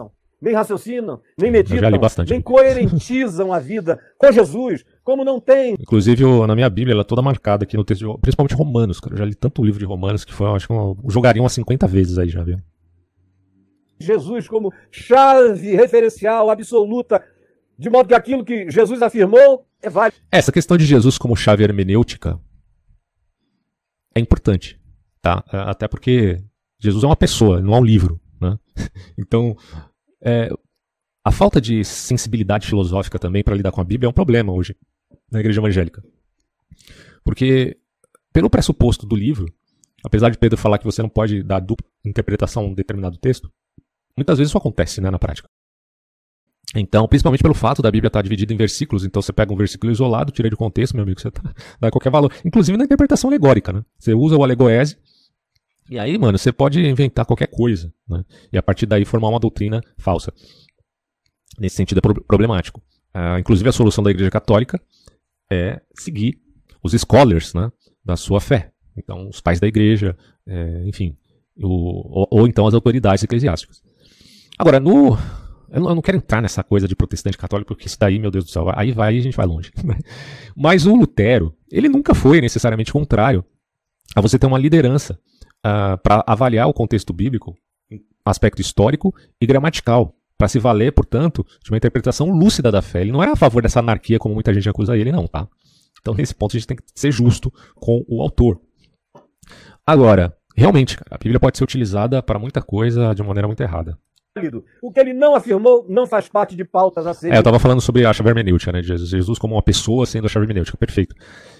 nem raciocinam, nem Eu já li meditam, bastante. nem coerentizam a vida com Jesus, como não tem. Inclusive, na minha Bíblia, ela é toda marcada aqui no texto, principalmente Romanos, cara. Eu já li tanto livro de Romanos que foi, acho que eu jogaria umas 50 vezes aí já, viu? Jesus como chave referencial absoluta, de modo que aquilo que Jesus afirmou é válido. Essa questão de Jesus como chave hermenêutica é importante, tá? Até porque Jesus é uma pessoa, não é um livro, né? Então, a falta de sensibilidade filosófica também para lidar com a Bíblia é um problema hoje na igreja evangélica. Porque, pelo pressuposto do livro, apesar de Pedro falar que você não pode dar dupla interpretação a um determinado texto, muitas vezes isso acontece, né, na prática. Então, principalmente pelo fato da Bíblia estar dividida em versículos, então você pega um versículo isolado, tira de contexto, meu amigo, você dá qualquer valor. Inclusive na interpretação alegórica, né? Você usa o alegoese, e aí, mano, você pode inventar qualquer coisa, né? E a partir daí formar uma doutrina falsa. Nesse sentido é problemático. Inclusive a solução da Igreja Católica é seguir os scholars, né, da sua fé. Então, os pais da igreja, enfim, ou então as autoridades eclesiásticas. Agora, eu não quero entrar nessa coisa de protestante católico, porque isso daí, meu Deus do céu, aí a gente vai longe. Mas o Lutero, ele nunca foi necessariamente contrário a você ter uma liderança para avaliar o contexto bíblico, aspecto histórico e gramatical, para se valer, portanto, de uma interpretação lúcida da fé. Ele não é a favor dessa anarquia, como muita gente acusa ele, não, tá? Então, nesse ponto, a gente tem que ser justo com o autor. Agora, realmente, cara, a Bíblia pode ser utilizada para muita coisa de uma maneira muito errada. O que ele não afirmou não faz parte de pautas a serem. Eu estava falando sobre a chave hermenêutica, né, de Jesus como uma pessoa sendo a chave hermenêutica, perfeito.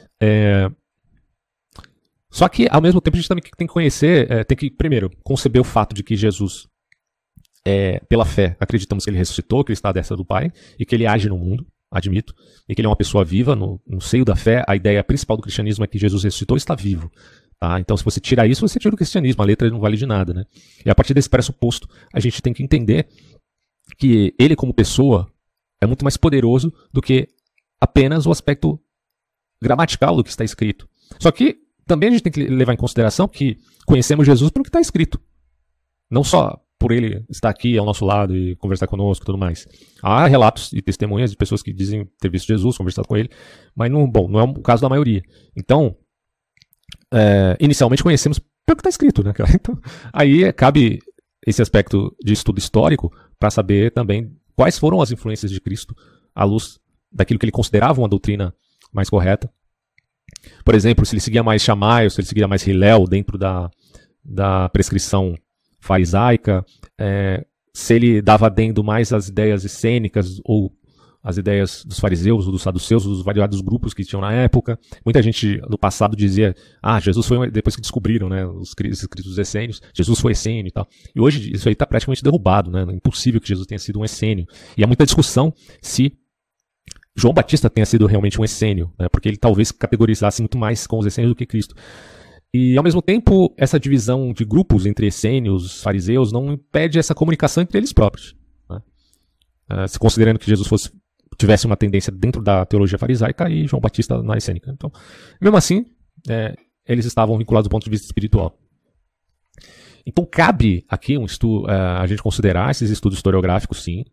Só que, ao mesmo tempo, a gente também tem que conhecer, tem que, primeiro, conceber o fato de que Jesus, pela fé, acreditamos que ele ressuscitou, que ele está à destra do Pai, e que ele age no mundo, admito, e que ele é uma pessoa viva, no seio da fé. A ideia principal do cristianismo é que Jesus ressuscitou e está vivo. Tá? Então, se você tirar isso, você tira o cristianismo, a letra não vale de nada, né? E a partir desse pressuposto, a gente tem que entender que ele, como pessoa, é muito mais poderoso do que apenas o aspecto gramatical do que está escrito. Só que também a gente tem que levar em consideração que conhecemos Jesus pelo que está escrito. Não só por ele estar aqui ao nosso lado e conversar conosco e tudo mais. Há relatos e testemunhas de pessoas que dizem ter visto Jesus, conversado com ele, mas não é o caso da maioria. Então, inicialmente conhecemos pelo que está escrito, né, cara? Então, aí cabe esse aspecto de estudo histórico para saber também quais foram as influências de Cristo à luz daquilo que ele considerava uma doutrina mais correta. Por exemplo, se ele seguia mais Shammai, ou se ele seguia mais Hillel dentro da prescrição farisaica, se ele dava adendo mais às ideias essênicas ou as ideias dos fariseus, ou dos saduceus, dos variados grupos que tinham na época. Muita gente no passado dizia, Jesus foi, depois que descobriram, né, os escritos essênios, Jesus foi essênio e tal. E hoje isso aí está praticamente derrubado, né? É impossível que Jesus tenha sido um essênio. E há muita discussão se João Batista tenha sido realmente um essênio, né? Porque ele talvez categorizasse muito mais com os essênios do que Cristo. E, ao mesmo tempo, essa divisão de grupos entre essênios, fariseus, não impede essa comunicação entre eles próprios, né? Se considerando que Jesus tivesse uma tendência dentro da teologia farisaica e João Batista na essênica. Então, mesmo assim, eles estavam vinculados do ponto de vista espiritual. Então, cabe aqui a gente considerar esses estudos historiográficos, sim,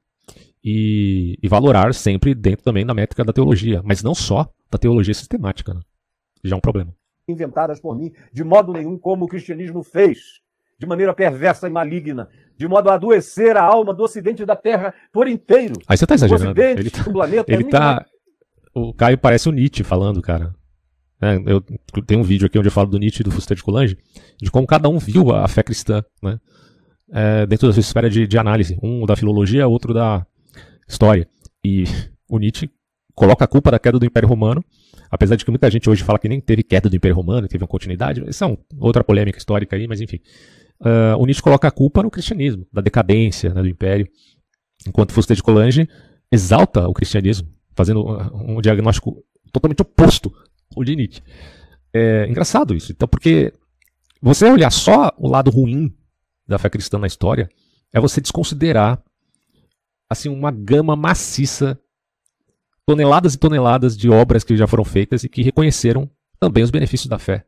e valorar sempre dentro também da métrica da teologia, mas não só da teologia sistemática, né? Já é um problema. Inventadas por mim, de modo nenhum como o cristianismo fez, de maneira perversa e maligna, de modo a adoecer a alma do ocidente da terra por inteiro. Aí você está exagerando. O planeta o Caio parece o Nietzsche falando, cara. Eu tenho um vídeo aqui onde eu falo do Nietzsche e do Fuster de Coulanges, de como cada um viu a fé cristã, né? Dentro da sua esfera de análise. Um da filologia, outro da história. E o Nietzsche coloca a culpa da queda do Império Romano, apesar de que muita gente hoje fala que nem teve queda do Império Romano, teve uma continuidade. Isso é outra polêmica histórica aí, mas enfim. O Nietzsche coloca a culpa no cristianismo, da decadência, né, do Império, enquanto Fuster de Coulanges exalta o cristianismo, fazendo um diagnóstico totalmente oposto ao de Nietzsche. É engraçado isso, então, porque você olhar só o lado ruim da fé cristã na história é você desconsiderar assim, uma gama maciça, toneladas e toneladas de obras que já foram feitas e que reconheceram também os benefícios da fé.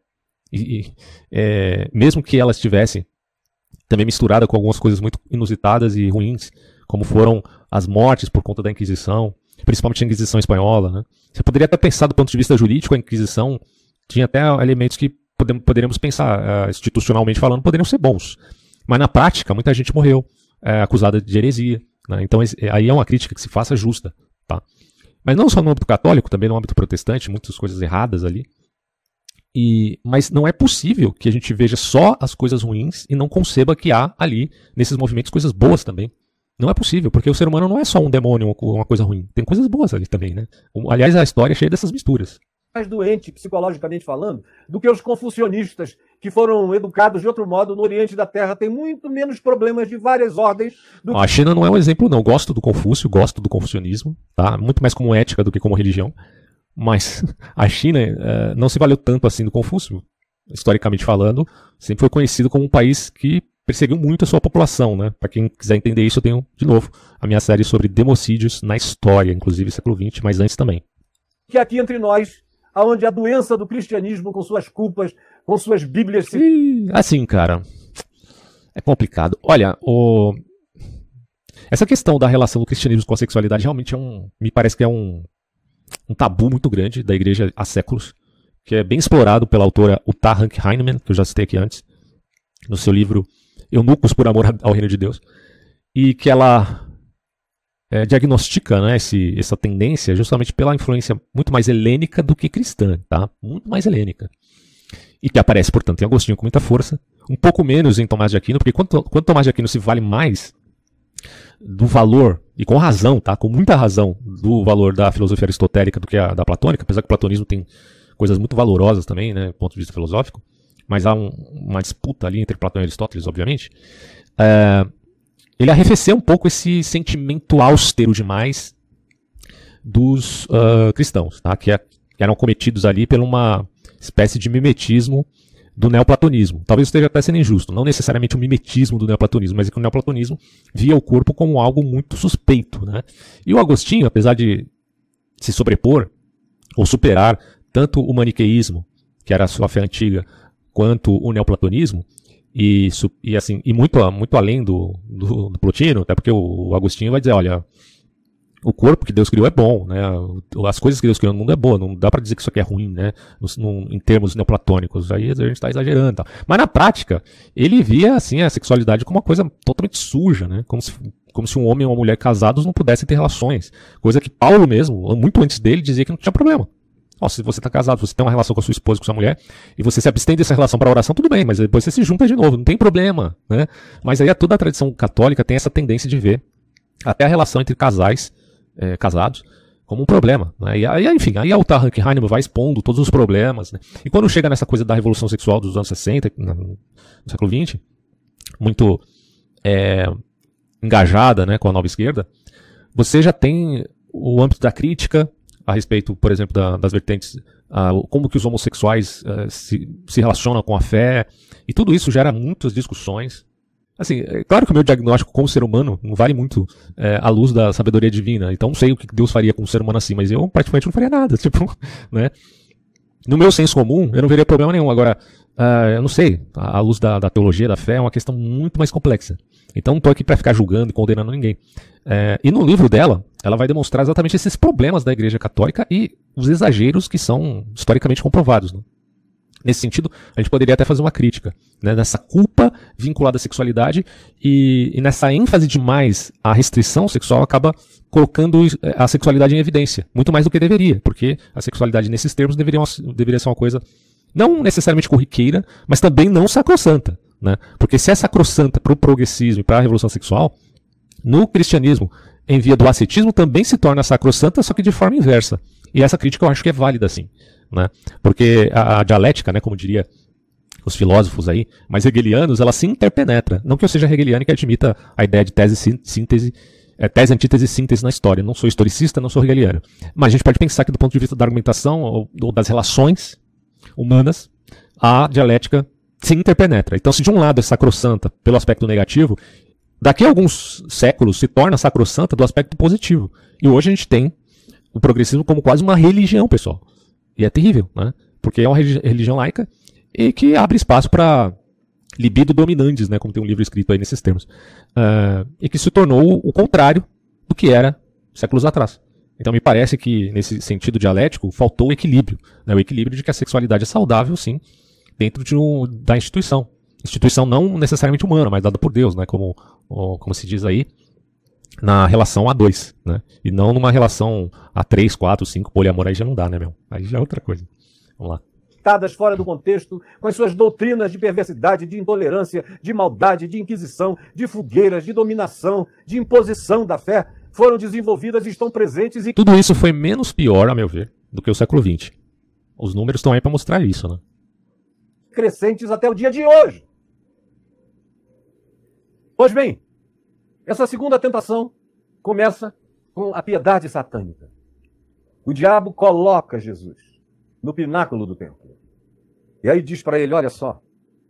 Mesmo que elas estivessem também misturada com algumas coisas muito inusitadas e ruins, como foram as mortes por conta da Inquisição, principalmente a Inquisição espanhola, né? Você poderia até pensar do ponto de vista jurídico, a Inquisição tinha até elementos que poderíamos pensar, institucionalmente falando, poderiam ser bons. Mas na prática, muita gente morreu acusada de heresia, né? Então aí é uma crítica que se faça justa, tá? Mas não só no âmbito católico, também no âmbito protestante, muitas coisas erradas ali. Mas não é possível que a gente veja só as coisas ruins e não conceba que há ali, nesses movimentos, coisas boas também. Não é possível, porque o ser humano não é só um demônio ou uma coisa ruim. Tem coisas boas ali também, né? Aliás, a história é cheia dessas misturas. Mais doente, psicologicamente falando, do que os confucionistas, que foram educados de outro modo no Oriente da Terra. Tem muito menos problemas de várias ordens. A China não é um exemplo, não. Gosto do Confúcio, gosto do confucionismo, tá? Muito mais como ética do que como religião. Mas a China não se valeu tanto assim do Confúcio. Historicamente falando, sempre foi conhecido como um país que perseguiu muito a sua população, né? Para quem quiser entender isso, eu tenho, de novo, a minha série sobre democídios na história, inclusive século XX, mas antes também. Que aqui entre nós, onde a doença do cristianismo, com suas culpas, com suas bíblias... Assim, cara, é complicado. Olha, essa questão da relação do cristianismo com a sexualidade realmente me parece que é um tabu muito grande da igreja há séculos, que é bem explorado pela autora Uta Hankheim, que eu já citei aqui antes, no seu livro Eunucos por Amor ao Reino de Deus, e que ela diagnostica, né, essa tendência justamente pela influência muito mais helênica do que cristã, tá? Muito mais helênica. E que aparece, portanto, em Agostinho com muita força, um pouco menos em Tomás de Aquino, porque quando Tomás de Aquino se vale mais do valor, e com razão, tá? Com muita razão, do valor da filosofia aristotélica do que a da platônica, apesar que o platonismo tem coisas muito valorosas também, né, do ponto de vista filosófico, mas há uma disputa ali entre Platão e Aristóteles, obviamente. Ele arrefeceu um pouco esse sentimento austero demais dos cristãos, tá? Que eram cometidos ali por uma espécie de mimetismo do neoplatonismo. Talvez esteja até sendo injusto, não necessariamente o mimetismo do neoplatonismo, mas é que o neoplatonismo via o corpo como algo muito suspeito, né? E o Agostinho, apesar de se sobrepor ou superar tanto o maniqueísmo, que era a sua fé antiga, quanto o neoplatonismo, e muito além do Plotino, até porque o Agostinho vai dizer, olha, o corpo que Deus criou é bom, né? As coisas que Deus criou no mundo é boa, não dá para dizer que isso aqui é ruim, né? Em termos neoplatônicos, aí a gente está exagerando, tá? Mas na prática, ele via assim a sexualidade como uma coisa totalmente suja, né? Como se um homem e uma mulher casados não pudessem ter relações, coisa que Paulo mesmo, muito antes dele, dizia que não tinha problema. Se você está casado, você tem uma relação com a sua esposa, com sua mulher, e você se abstém dessa relação para oração, tudo bem, mas depois você se junta de novo, não tem problema, né? Mas aí toda a tradição católica tem essa tendência de ver até a relação entre casais casados como um problema, né? Enfim, aí a Uta Hankheim vai expondo todos os problemas, né? E quando chega nessa coisa da revolução sexual dos anos 60, no século XX, muito engajada, né, com a nova esquerda, você já tem o âmbito da crítica a respeito, por exemplo, das vertentes, como que os homossexuais se relacionam com a fé, e tudo isso gera muitas discussões. Assim, é claro que o meu diagnóstico como ser humano não vale muito à luz da sabedoria divina, então não sei o que Deus faria com um ser humano assim, mas eu praticamente não faria nada, tipo, né? No meu senso comum, eu não veria problema nenhum. Agora, eu não sei, à luz da teologia, da fé, é uma questão muito mais complexa. Então não estou aqui para ficar julgando e condenando ninguém. E no livro dela, ela vai demonstrar exatamente esses problemas da Igreja Católica e os exageros que são historicamente comprovados, né? Nesse sentido, a gente poderia até fazer uma crítica, né, nessa culpa vinculada à sexualidade e nessa ênfase demais à restrição sexual acaba colocando a sexualidade em evidência, muito mais do que deveria, porque a sexualidade nesses termos deveria ser uma coisa não necessariamente corriqueira, mas também não sacrossanta, né? Porque se é sacrossanta para o progressismo e para a revolução sexual, no cristianismo, em via do ascetismo, também se torna sacrossanta, só que de forma inversa. E essa crítica eu acho que é válida, sim, né? Porque a dialética, né, como diria os filósofos aí, mais hegelianos, ela se interpenetra. Não que eu seja hegeliano e que admita a ideia de tese, antítese e síntese na história. Não sou historicista, não sou hegeliano. Mas a gente pode pensar que do ponto de vista da argumentação ou das relações humanas, a dialética se interpenetra. Então, se de um lado é sacrossanta pelo aspecto negativo, daqui a alguns séculos se torna sacrossanta do aspecto positivo. E hoje a gente tem o progressismo como quase uma religião, pessoal. E é terrível, né? Porque é uma religião laica e que abre espaço para libido dominandis, né, como tem um livro escrito aí nesses termos, e que se tornou o contrário do que era séculos atrás. Então me parece que, nesse sentido dialético, faltou o equilíbrio, né, o equilíbrio de que a sexualidade é saudável, sim, dentro da instituição. Instituição não necessariamente humana, mas dada por Deus, né, como se diz aí, na relação A2, né, e não numa relação A3, 4, 5, poliamor, aí já não dá, né, meu? Aí já é outra coisa. Vamos lá. Fora do contexto, com as suas doutrinas de perversidade, de intolerância, de maldade, de inquisição, de fogueiras, de dominação, de imposição da fé, foram desenvolvidas e estão presentes e... Tudo isso foi menos pior, a meu ver, do que o século XX. Os números estão aí para mostrar isso, né? Crescentes até o dia de hoje. Pois bem, essa segunda tentação começa com a piedade satânica. O diabo coloca Jesus no pináculo do templo. E aí diz para ele, olha só,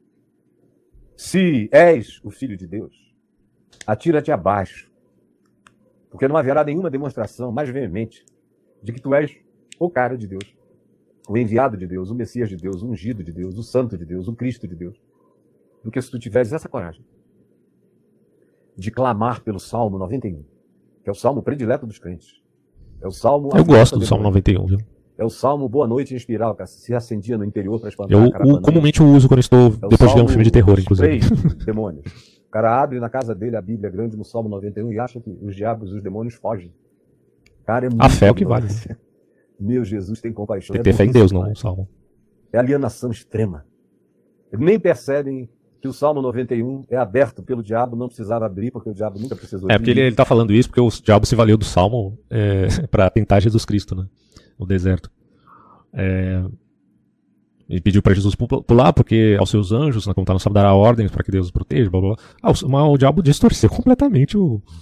se és o Filho de Deus, atira-te abaixo, porque não haverá nenhuma demonstração mais veemente de que tu és o cara de Deus, o enviado de Deus, o Messias de Deus, o ungido de Deus, o santo de Deus, o Cristo de Deus, do que se tu tiveres essa coragem de clamar pelo Salmo 91, que é o salmo predileto dos crentes. É o salmo... Eu gosto do Salmo 91, viu? É o salmo Boa Noite Inspiral, que se acendia no interior para espantar a caravana. Eu comumente uso quando estou depois de ver um filme de terror, inclusive. Demônios. O cara abre na casa dele a Bíblia grande no Salmo 91 e acha que os diabos e os demônios fogem. Cara, é muito... A fé é o que vale. Meu Jesus, tem compaixão. Tem que ter fé em Deus, não no Salmo. É alienação extrema. Eles nem percebem que o Salmo 91 é aberto pelo diabo, não precisava abrir, porque o diabo nunca precisou abrir. É, porque ele está falando isso porque o diabo se valeu do Salmo para tentar Jesus Cristo, né? No deserto. Ele pediu para Jesus pular, porque aos seus anjos, né, como está no Salmo, dará ordens para que Deus os proteja, blá, blá, blá. Mas o diabo distorceu completamente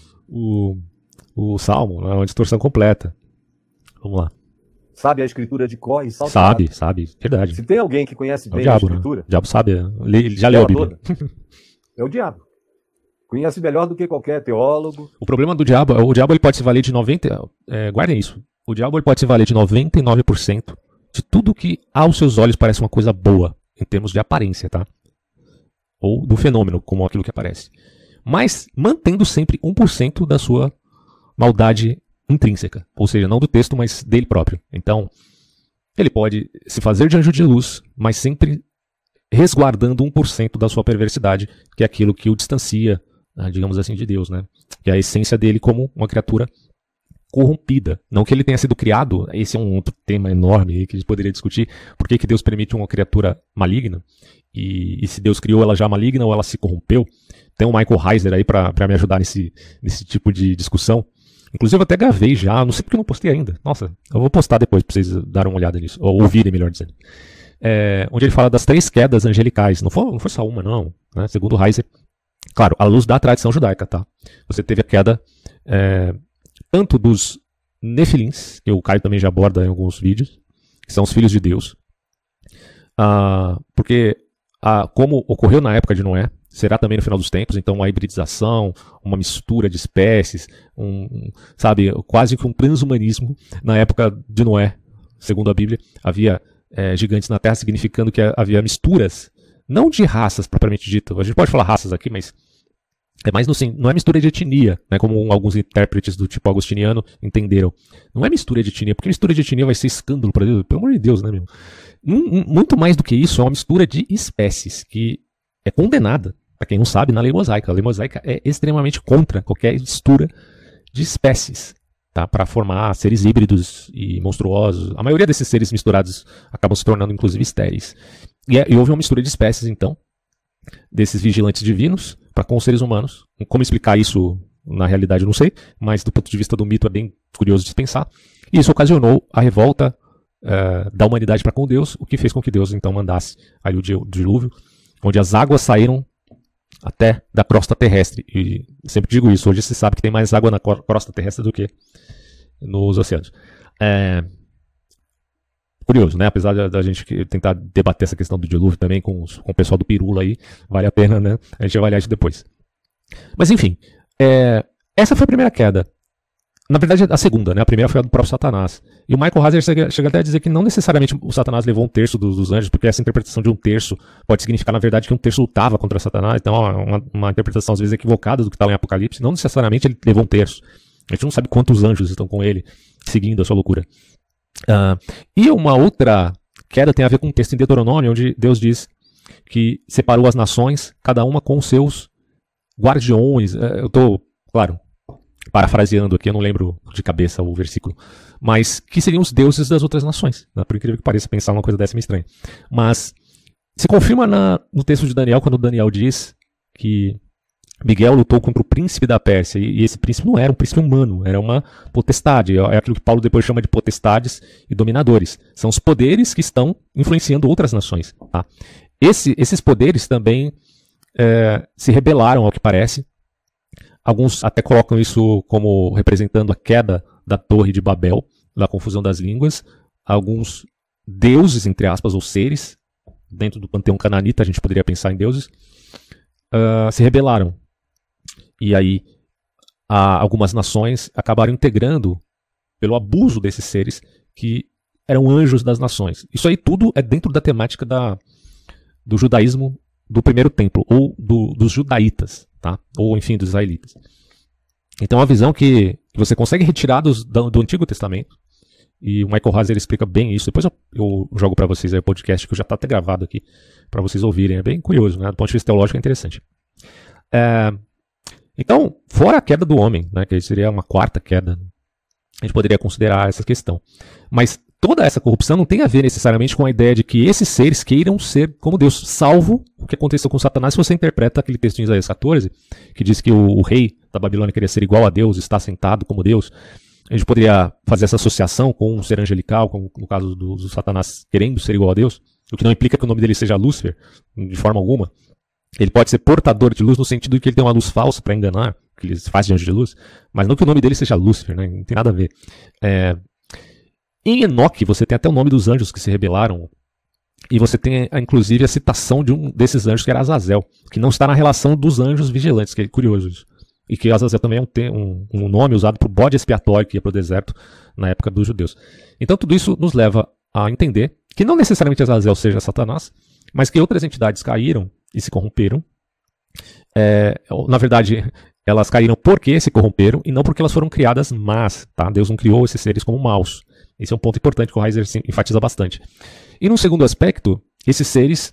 o Salmo, né, uma distorção completa. Vamos lá. Sabe a escritura de cor e salta. Sabe, verdade. Se tem alguém que conhece bem diabo, a escritura... Né? O diabo sabe, ele já leu a Bíblia. É o diabo. Conhece melhor do que qualquer teólogo. O problema do diabo, ele pode se valer de 90%, guardem isso, o diabo ele pode se valer de 99% de tudo que aos seus olhos parece uma coisa boa, em termos de aparência, tá? Ou do fenômeno, como aquilo que aparece. Mas mantendo sempre 1% da sua maldade intrínseca, ou seja, não do texto, mas dele próprio. Então, ele pode se fazer de anjo de luz, mas sempre resguardando 1% da sua perversidade, que é aquilo que o distancia, digamos assim, de Deus, né? Que é a essência dele como uma criatura corrompida. Não que ele tenha sido criado, esse é um outro tema enorme que a gente poderia discutir, por que Deus permite uma criatura maligna, e se Deus criou ela já maligna ou ela se corrompeu. Tem um Michael Heiser aí para me ajudar nesse tipo de discussão. Inclusive eu até gravei já, não sei porque eu não postei ainda. Nossa, eu vou postar depois para vocês darem uma olhada nisso, ou ouvirem, melhor dizendo. Onde ele fala das 3 quedas angelicais. Não foi só uma, não. Né? Segundo Heiser, claro, à luz da tradição judaica, tá? Você teve a queda tanto dos Nefilins, que o Caio também já aborda em alguns vídeos, que são os filhos de Deus. Porque, como ocorreu na época de Noé, será também no final dos tempos, então uma hibridização, uma mistura de espécies, sabe, quase que um transhumanismo na época de Noé, segundo a Bíblia. Havia gigantes na Terra, significando que havia misturas, não de raças propriamente dita, a gente pode falar raças aqui, mas não é mistura de etnia, né, como alguns intérpretes do tipo agostiniano entenderam. Não é mistura de etnia, porque mistura de etnia vai ser escândalo para Deus, pelo amor de Deus, né, meu? Muito mais do que isso, é uma mistura de espécies, que é condenada, para quem não sabe, na lei mosaica. A lei mosaica é extremamente contra qualquer mistura de espécies, tá, para formar seres híbridos e monstruosos. A maioria desses seres misturados acabam se tornando, inclusive, estéreis. E houve uma mistura de espécies, então, desses vigilantes divinos com os seres humanos. Como explicar isso na realidade eu não sei, mas do ponto de vista do mito é bem curioso de se pensar. E isso ocasionou a revolta da humanidade para com Deus, o que fez com que Deus então mandasse ali o dilúvio, onde as águas saíram até da crosta terrestre. E sempre digo isso, hoje se sabe que tem mais água na crosta terrestre do que nos oceanos. Curioso, né? Apesar da gente tentar debater essa questão do dilúvio também com o pessoal do Pirula aí, vale a pena, né? A gente vai avaliar isso depois. Mas enfim, essa foi a primeira queda. Na verdade, a segunda, né? A primeira foi a do próprio Satanás. E o Michael Heiser chega até a dizer que não necessariamente o Satanás levou um terço dos anjos, porque essa interpretação de um terço pode significar, na verdade, que um terço lutava contra Satanás. Então, uma interpretação, às vezes, equivocada do que está lá em Apocalipse. Não necessariamente ele levou um terço. A gente não sabe quantos anjos estão com ele, seguindo a sua loucura. E uma outra queda tem a ver com um texto em Deuteronômio, onde Deus diz que separou as nações, cada uma com os seus guardiões. Eu estou, claro, parafraseando aqui, eu não lembro de cabeça o versículo, mas que seriam os deuses das outras nações. Né? Por incrível que pareça, pensar uma coisa dessa me estranha. Mas se confirma no texto de Daniel, quando Daniel diz que Miguel lutou contra o príncipe da Pérsia, e esse príncipe não era um príncipe humano, era uma potestade, é aquilo que Paulo depois chama de potestades e dominadores. São os poderes que estão influenciando outras nações. Tá? Esses poderes também se rebelaram, ao que parece. Alguns até colocam isso como representando a queda da Torre de Babel, da confusão das línguas. Alguns deuses, entre aspas, ou seres, dentro do panteão cananita, a gente poderia pensar em deuses, se rebelaram. E aí algumas nações acabaram integrando, pelo abuso desses seres, que eram anjos das nações. Isso aí tudo é dentro da temática do judaísmo do primeiro templo, ou dos judaítas, tá? Ou enfim, dos israelitas. Então a visão que você consegue retirar do Antigo Testamento, e o Michael Heiser explica bem isso. Depois eu jogo para vocês aí o podcast, que já está até gravado aqui, para vocês ouvirem. É bem curioso, né? Do ponto de vista teológico é interessante. Então, fora a queda do homem, né, que seria uma quarta queda, a gente poderia considerar essa questão. Mas toda essa corrupção não tem a ver necessariamente com a ideia de que esses seres queiram ser como Deus, salvo o que aconteceu com Satanás. Se você interpreta aquele texto em Isaías 14, que diz que o rei da Babilônia queria ser igual a Deus, está sentado como Deus, a gente poderia fazer essa associação com um ser angelical, como no caso do Satanás querendo ser igual a Deus, o que não implica que o nome dele seja Lúcifer, de forma alguma. Ele pode ser portador de luz no sentido de que ele tem uma luz falsa para enganar, que eles fazem de anjo de luz, mas não que o nome dele seja Lúcifer, né? Não tem nada a ver. Em Enoque, você tem até o nome dos anjos que se rebelaram, e você tem inclusive a citação de um desses anjos, que era Azazel, que não está na relação dos anjos vigilantes, que é curioso isso. E que Azazel também é um nome usado para o bode expiatório que ia para o deserto na época dos judeus. Então tudo isso nos leva a entender que não necessariamente Azazel seja Satanás, mas que outras entidades caíram e se corromperam. Na verdade, elas caíram porque se corromperam e não porque elas foram criadas más. Tá? Deus não criou esses seres como maus. Esse é um ponto importante que o Heiser enfatiza bastante. E num segundo aspecto, esses seres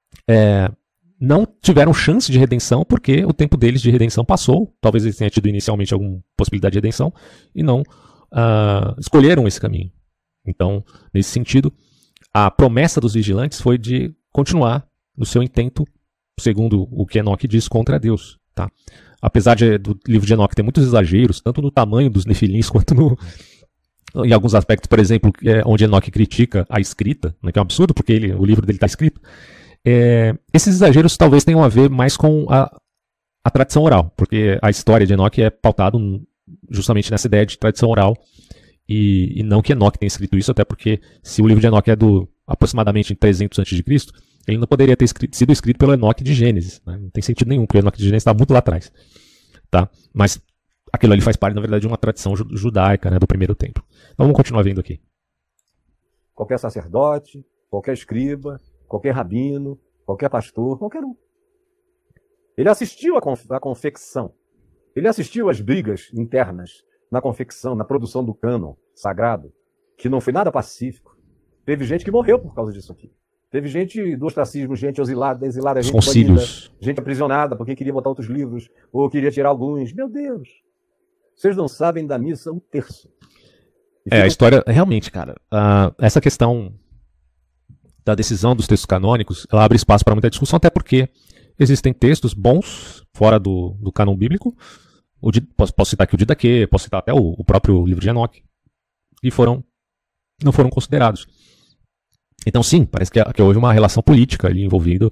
não tiveram chance de redenção porque o tempo deles de redenção passou. Talvez eles tenham tido inicialmente alguma possibilidade de redenção e não escolheram esse caminho. Então, nesse sentido, a promessa dos vigilantes foi de continuar no seu intento, segundo o que Enoque diz, contra Deus. Tá? Apesar do livro de Enoque ter muitos exageros, tanto no tamanho dos nefilins quanto em alguns aspectos, por exemplo, onde Enoque critica a escrita, né, que é um absurdo porque o livro dele está escrito, esses exageros talvez tenham a ver mais com a tradição oral, porque a história de Enoque é pautada justamente nessa ideia de tradição oral, e não que Enoque tenha escrito isso, até porque se o livro de Enoque é aproximadamente em 300 a.C., ele não poderia ter sido escrito pelo Enoque de Gênesis. Né? Não tem sentido nenhum, porque o Enoque de Gênesis está muito lá atrás. Tá? Mas aquilo ali faz parte, na verdade, de uma tradição judaica, né, do primeiro templo. Então vamos continuar vendo aqui. Qualquer sacerdote, qualquer escriba, qualquer rabino, qualquer pastor, qualquer um. Ele assistiu à confecção. Ele assistiu às brigas internas na confecção, na produção do cânon sagrado, que não foi nada pacífico. Teve gente que morreu por causa disso aqui. Teve gente do ostracismo, gente exilada, gente banida, gente aprisionada porque queria botar outros livros, ou queria tirar alguns. Meu Deus! Vocês não sabem da missa um terço. A história, realmente, cara, essa questão da decisão dos textos canônicos, ela abre espaço para muita discussão, até porque existem textos bons, fora do cânon bíblico. Posso citar aqui o Didaquê, posso citar até o próprio livro de Enoque, que não foram considerados. Então, sim, parece que houve uma relação política ali envolvida.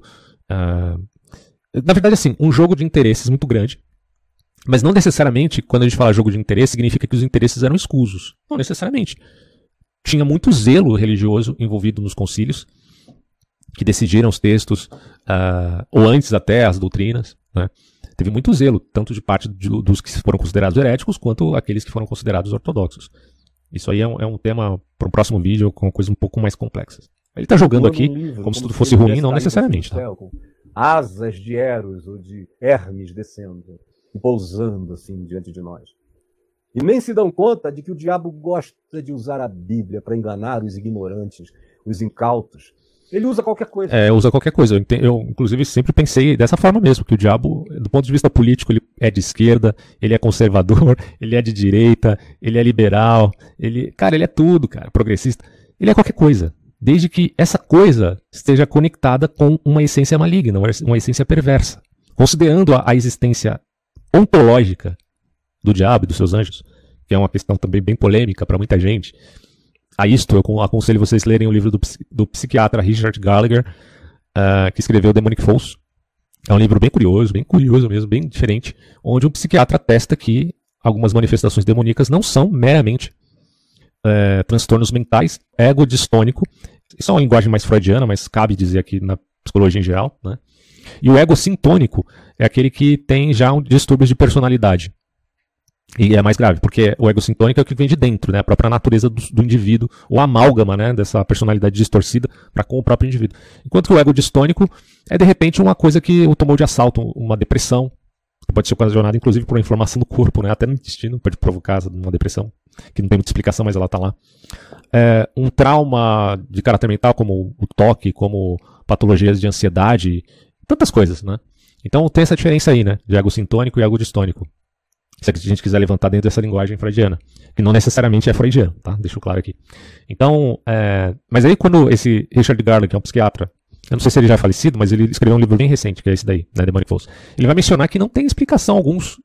Na verdade, assim, um jogo de interesses muito grande. Mas não necessariamente, quando a gente fala jogo de interesse, significa que os interesses eram escusos. Não necessariamente. Tinha muito zelo religioso envolvido nos concílios, que decidiram os textos, ou antes até as doutrinas. Né? Teve muito zelo, tanto de parte dos que foram considerados heréticos, quanto aqueles que foram considerados ortodoxos. Isso aí é um tema para um próximo vídeo com coisas um pouco mais complexas. Ele está jogando aqui como se tudo fosse ruim, não necessariamente. Tá? Céu, com asas de Eros ou de Hermes descendo e pousando assim diante de nós. E nem se dão conta de que o diabo gosta de usar a Bíblia para enganar os ignorantes, os incautos. Ele usa qualquer coisa. Usa qualquer coisa. Eu, inclusive, sempre pensei dessa forma mesmo, que o diabo, do ponto de vista político, ele é de esquerda, ele é conservador, ele é de direita, ele é liberal, ele é tudo, cara, progressista. Ele é qualquer coisa, desde que essa coisa esteja conectada com uma essência maligna, uma essência perversa. Considerando a existência ontológica do diabo e dos seus anjos, que é uma questão também bem polêmica para muita gente. A isto, eu aconselho vocês a lerem o livro do psiquiatra Richard Gallagher, que escreveu Demonic Force. É um livro bem curioso mesmo, bem diferente, onde um psiquiatra atesta que algumas manifestações demoníacas não são meramente transtornos mentais, ego distônico. Isso é uma linguagem mais freudiana, mas cabe dizer aqui na psicologia em geral, né? E o ego sintônico é aquele que tem já um distúrbio de personalidade. E é mais grave, porque o ego sintônico é o que vem de dentro, né? A própria natureza do indivíduo, o amálgama, né, dessa personalidade distorcida para com o próprio indivíduo. Enquanto que o ego distônico é, de repente, uma coisa que o tomou de assalto, uma depressão, que pode ser ocasionada, inclusive, por uma inflamação do corpo, né? Até no intestino pode provocar uma depressão, que não tem muita explicação, mas ela está lá. Um trauma de caráter mental, como o toque, como patologias de ansiedade, tantas coisas, né? Então tem essa diferença aí, né? De ego sintônico e ego distônico. Se a gente quiser levantar dentro dessa linguagem freudiana, que não necessariamente é freudiano, tá? Deixo claro aqui. Então, mas aí quando esse Richard Gallagher, que é um psiquiatra, eu não sei se ele já é falecido, mas ele escreveu um livro bem recente, que é esse daí, né, Demonic Force. Ele vai mencionar que não tem explicação, alguns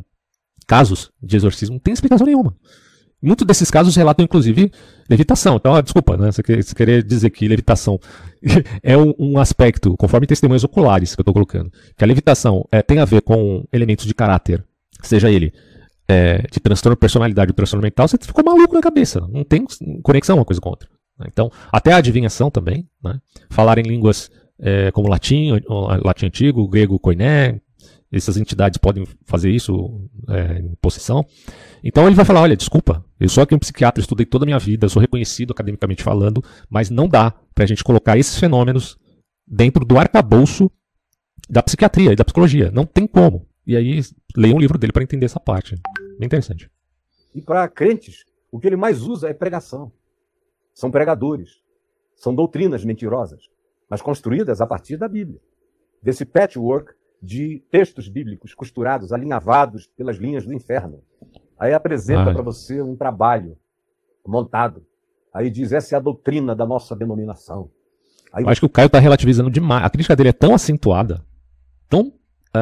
casos de exorcismo, não tem explicação nenhuma. Muitos desses casos relatam, inclusive, levitação. Então, desculpa, né, você querer dizer que levitação é um aspecto, conforme testemunhas oculares que eu estou colocando, que a levitação tem a ver com elementos de caráter, seja ele de transtorno de personalidade ou transtorno mental, você ficou maluco na cabeça. Não tem conexão uma coisa com a outra. Então, até a adivinhação também, né? Falar em línguas como latim antigo, grego koiné, essas entidades podem fazer isso em possessão. Então ele vai falar, olha, desculpa, eu sou aqui um psiquiatra, estudei toda a minha vida, eu sou reconhecido academicamente falando, mas não dá pra gente colocar esses fenômenos dentro do arcabouço da psiquiatria e da psicologia. Não tem como. E aí, leia um livro dele para entender essa parte. Bem interessante. E para crentes, o que ele mais usa é pregação. São pregadores. São doutrinas mentirosas, mas construídas a partir da Bíblia. Desse patchwork de textos bíblicos costurados, alinhavados pelas linhas do inferno. Aí apresenta para você um trabalho montado. Aí diz, essa é a doutrina da nossa denominação. Aí... Eu acho que o Caio está relativizando demais. A crítica dele é tão acentuada, tão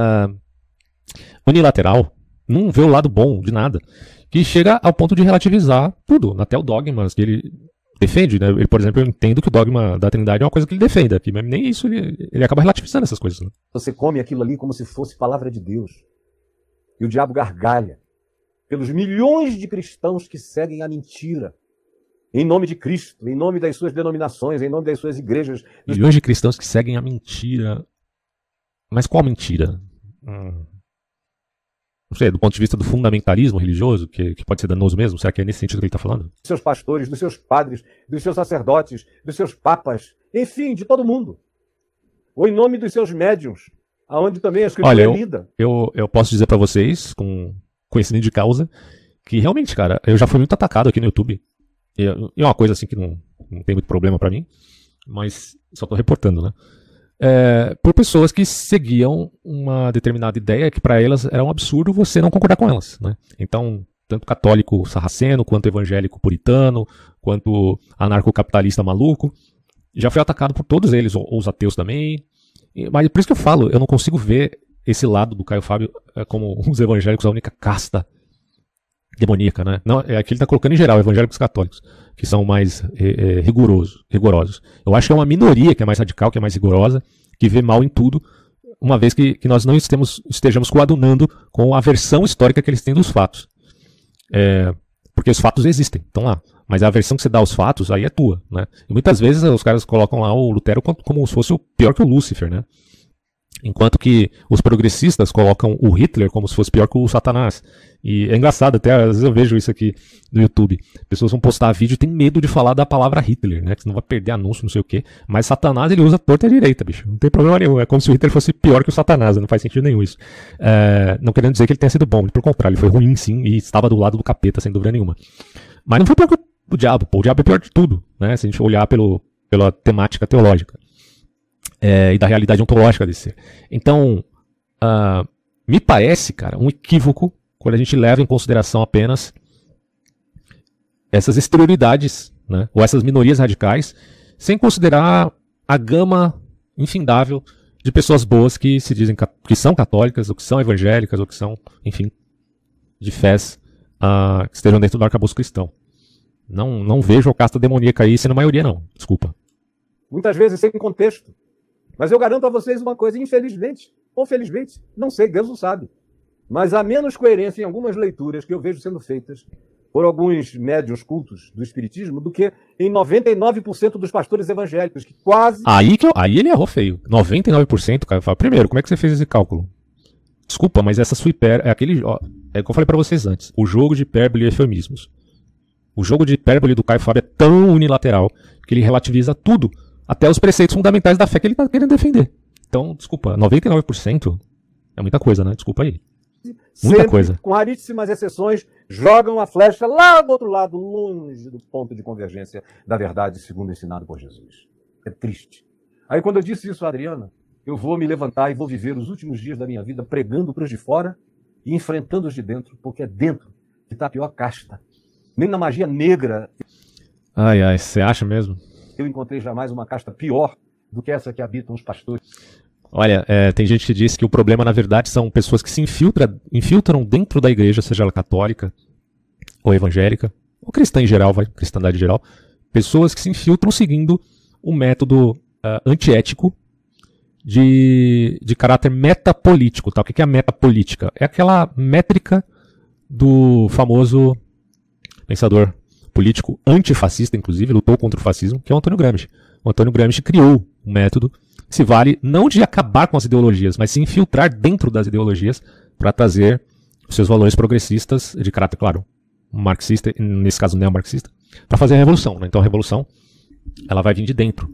unilateral, não vê o lado bom de nada, que chega ao ponto de relativizar tudo, até o dogma que ele defende, né? Ele, por exemplo, eu entendo que o dogma da Trindade é uma coisa que ele defende aqui, mas nem isso ele acaba relativizando essas coisas. Né? Você come aquilo ali como se fosse palavra de Deus. E o diabo gargalha pelos milhões de cristãos que seguem a mentira. Em nome de Cristo, em nome das suas denominações, em nome das suas igrejas. Milhões de cristãos que seguem a mentira. Mas qual mentira? Não sei, do ponto de vista do fundamentalismo religioso, que pode ser danoso mesmo, será que é nesse sentido que ele está falando? Dos seus pastores, dos seus padres, dos seus sacerdotes, dos seus papas, enfim, de todo mundo. Ou em nome dos seus médiuns, aonde também a escritura é lida. Eu posso dizer para vocês, com conhecimento de causa, que realmente, cara, eu já fui muito atacado aqui no YouTube. E é uma coisa assim que não tem muito problema para mim, mas só estou reportando, né? Por pessoas que seguiam uma determinada ideia que para elas era um absurdo você não concordar com elas, né? Então, tanto católico sarraceno, quanto evangélico puritano, quanto anarcocapitalista maluco, já fui atacado por todos eles, ou os ateus também. Mas por isso que eu falo, eu não consigo ver esse lado do Caio Fábio como os evangélicos a única casta demoníaca, né? Não, aqui ele está colocando em geral, evangélicos católicos, que são mais rigorosos. Eu acho que é uma minoria que é mais radical, que é mais rigorosa, que vê mal em tudo, uma vez que nós não estejamos coadunando com a versão histórica que eles têm dos fatos. Porque os fatos existem, estão lá. Mas a versão que você dá aos fatos, aí é tua, né? E muitas vezes os caras colocam lá o Lutero como se fosse o pior que o Lúcifer, né? Enquanto que os progressistas colocam o Hitler como se fosse pior que o Satanás. E é engraçado, até às vezes eu vejo isso aqui no YouTube. Pessoas vão postar vídeo e tem medo de falar da palavra Hitler, né? Que senão vai perder anúncio, não sei o quê. Mas Satanás ele usa torta e direita, bicho. Não tem problema nenhum. É como se o Hitler fosse pior que o Satanás. Não faz sentido nenhum isso. Não querendo dizer que ele tenha sido bom. Pelo contrário, ele foi ruim sim e estava do lado do capeta, sem dúvida nenhuma. Mas não foi pior que o diabo. Pô, o diabo é pior de tudo, né? Se a gente olhar pela temática teológica. E da realidade ontológica desse ser. Então, me parece, cara, um equívoco quando a gente leva em consideração apenas essas exterioridades, né, ou essas minorias radicais, sem considerar a gama infindável de pessoas boas que se dizem que são católicas, ou que são evangélicas, ou que são, enfim, de fés que estejam dentro do arcabouço cristão. Não vejo a casta demoníaca aí sendo maioria, não. Desculpa. Muitas vezes sem contexto. Mas eu garanto a vocês uma coisa, infelizmente, ou felizmente, não sei, Deus não sabe. Mas há menos coerência em algumas leituras que eu vejo sendo feitas por alguns médiuns cultos do espiritismo do que em 99% dos pastores evangélicos, que quase... Aí ele errou feio. 99%, cara. Primeiro, como é que você fez esse cálculo? Desculpa, mas essa sua hipérbole... É o que eu falei pra vocês antes. O jogo de hipérbole e eufemismos. O jogo de hipérbole do Caio Fábio é tão unilateral que ele relativiza tudo, até os preceitos fundamentais da fé que ele está querendo defender. Então, desculpa, 99% é muita coisa, né? Desculpa aí. Muita coisa. Com raríssimas exceções, jogam a flecha lá do outro lado, longe do ponto de convergência da verdade, segundo ensinado por Jesus. É triste. Aí quando eu disse isso a Adriana, eu vou me levantar e vou viver os últimos dias da minha vida pregando para os de fora e enfrentando os de dentro, porque é dentro que está a pior casta. Nem na magia negra... Ai, você acha mesmo? Eu encontrei jamais uma casta pior do que essa que habitam os pastores. Olha, tem gente que diz que o problema, na verdade, são pessoas que se infiltram dentro da igreja, seja ela católica, ou evangélica, ou cristã em geral, cristandade em geral. Pessoas que se infiltram seguindo o método antiético de caráter metapolítico. Tá? O que é a metapolítica? É aquela métrica do famoso pensador político antifascista, inclusive, lutou contra o fascismo, que é o Antônio Gramsci. O Antônio Gramsci criou um método que se vale não de acabar com as ideologias, mas se infiltrar dentro das ideologias para trazer os seus valores progressistas, de caráter, claro, marxista, nesse caso neomarxista, para fazer a revolução. Né? Então a revolução ela vai vir de dentro.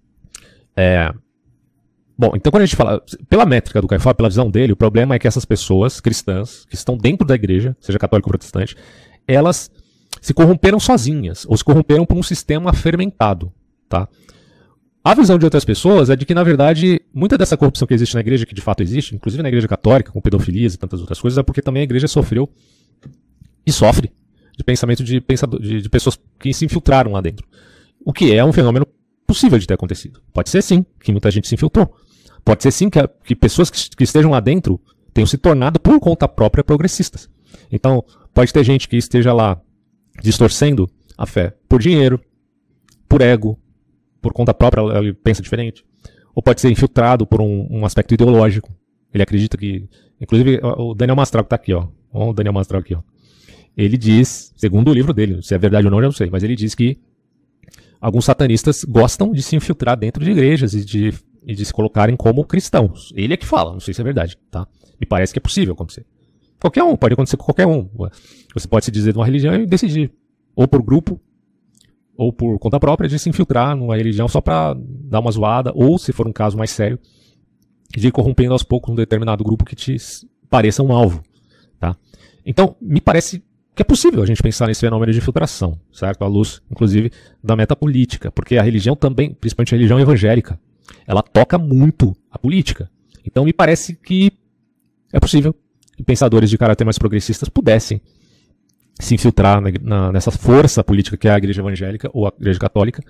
Bom, então quando a gente fala, pela métrica do Caio Fábio, pela visão dele, o problema é que essas pessoas cristãs, que estão dentro da igreja, seja católica ou protestante, elas se corromperam sozinhas, ou se corromperam por um sistema fermentado, tá? A visão de outras pessoas é de que, na verdade, muita dessa corrupção que existe na igreja, que de fato existe, inclusive na igreja católica, com pedofilias e tantas outras coisas, é porque também a igreja sofreu e sofre de pensamento de pessoas que se infiltraram lá dentro. O que é um fenômeno possível de ter acontecido. Pode ser sim, que muita gente se infiltrou. Pode ser sim que pessoas que estejam lá dentro tenham se tornado por conta própria progressistas. Então, pode ter gente que esteja lá distorcendo a fé por dinheiro, por ego, por conta própria, ele pensa diferente. Ou pode ser infiltrado por um aspecto ideológico. Ele acredita que... Inclusive, o Daniel Mastral que está aqui, ó. O Daniel Mastral aqui, ó. Ele diz, segundo o livro dele, se é verdade ou não, eu não sei, mas ele diz que alguns satanistas gostam de se infiltrar dentro de igrejas e de se colocarem como cristãos. Ele é que fala, não sei se é verdade, tá? Me parece que é possível acontecer. Qualquer um, pode acontecer com qualquer um. Você pode se dizer de uma religião e decidir, ou por grupo, ou por conta própria, de se infiltrar numa religião só para dar uma zoada, ou, se for um caso mais sério, de ir corrompendo aos poucos um determinado grupo que te pareça um alvo. Tá? Então, me parece que é possível a gente pensar nesse fenômeno de infiltração, certo? À luz, inclusive, da metapolítica, porque a religião também, principalmente a religião evangélica, ela toca muito a política. Então, me parece que é possível que pensadores de caráter mais progressistas pudessem se infiltrar nessa força política que é a igreja evangélica ou a igreja católica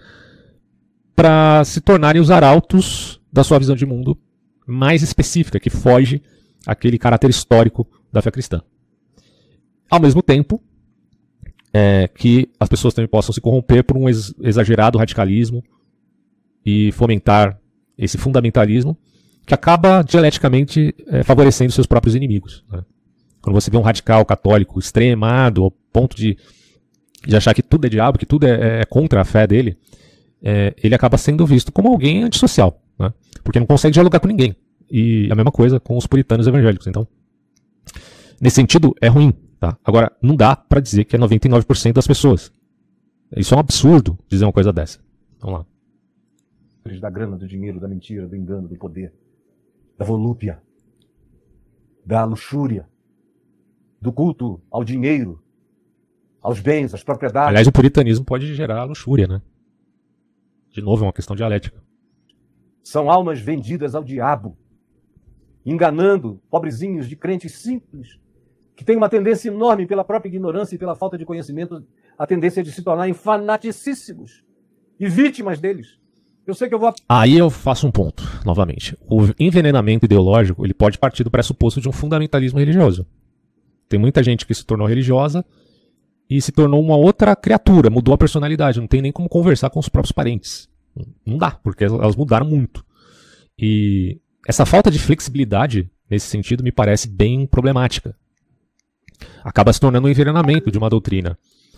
para se tornarem os arautos da sua visão de mundo mais específica, que foge àquele caráter histórico da fé cristã. Ao mesmo tempo, que as pessoas também possam se corromper por um exagerado radicalismo e fomentar esse fundamentalismo que acaba dialeticamente favorecendo seus próprios inimigos. Né? Quando você vê um radical católico extremado ao ponto de achar que tudo é diabo, que tudo é contra a fé dele, ele acaba sendo visto como alguém antissocial, né? Porque não consegue dialogar com ninguém. E a mesma coisa com os puritanos evangélicos. Então, nesse sentido, é ruim. Tá? Agora, não dá para dizer que é 99% das pessoas. Isso é um absurdo dizer uma coisa dessa. Vamos lá. Da grana, do dinheiro, da mentira, do engano, do poder, da volúpia, da luxúria, do culto ao dinheiro, aos bens, às propriedades. Aliás, o puritanismo pode gerar luxúria, né? De novo, é uma questão dialética. São almas vendidas ao diabo, enganando pobrezinhos de crentes simples, que têm uma tendência enorme pela própria ignorância e pela falta de conhecimento, a tendência de se tornarem fanaticíssimos e vítimas deles. Eu sei que eu vou... Aí eu faço um ponto, novamente. O envenenamento ideológico, ele pode partir do pressuposto de um fundamentalismo religioso. Tem muita gente que se tornou religiosa e se tornou uma outra criatura, mudou a personalidade, não tem nem como conversar com os próprios parentes. Não dá, porque elas mudaram muito. E essa falta de flexibilidade, nesse sentido, me parece bem problemática. Acaba se tornando um envenenamento de uma doutrina.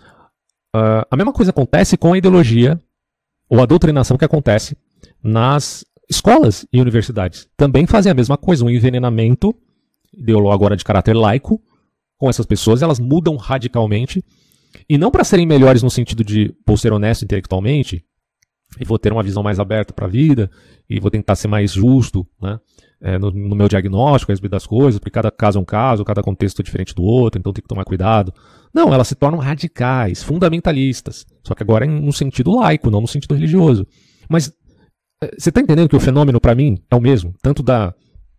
A mesma coisa acontece com a ideologia ou a doutrinação que acontece nas escolas e universidades. Também fazem a mesma coisa, um envenenamento ideológico agora de caráter laico com essas pessoas, elas mudam radicalmente, e não para serem melhores no sentido de vou ser honesto intelectualmente, e vou ter uma visão mais aberta para a vida, e vou tentar ser mais justo, né, no meu diagnóstico a respeito das coisas, porque cada caso é um caso, cada contexto é diferente do outro, então tem que tomar cuidado. Não, elas se tornam radicais, fundamentalistas, só que agora no sentido laico, não no sentido religioso. Mas você está entendendo que o fenômeno para mim é o mesmo, tanto da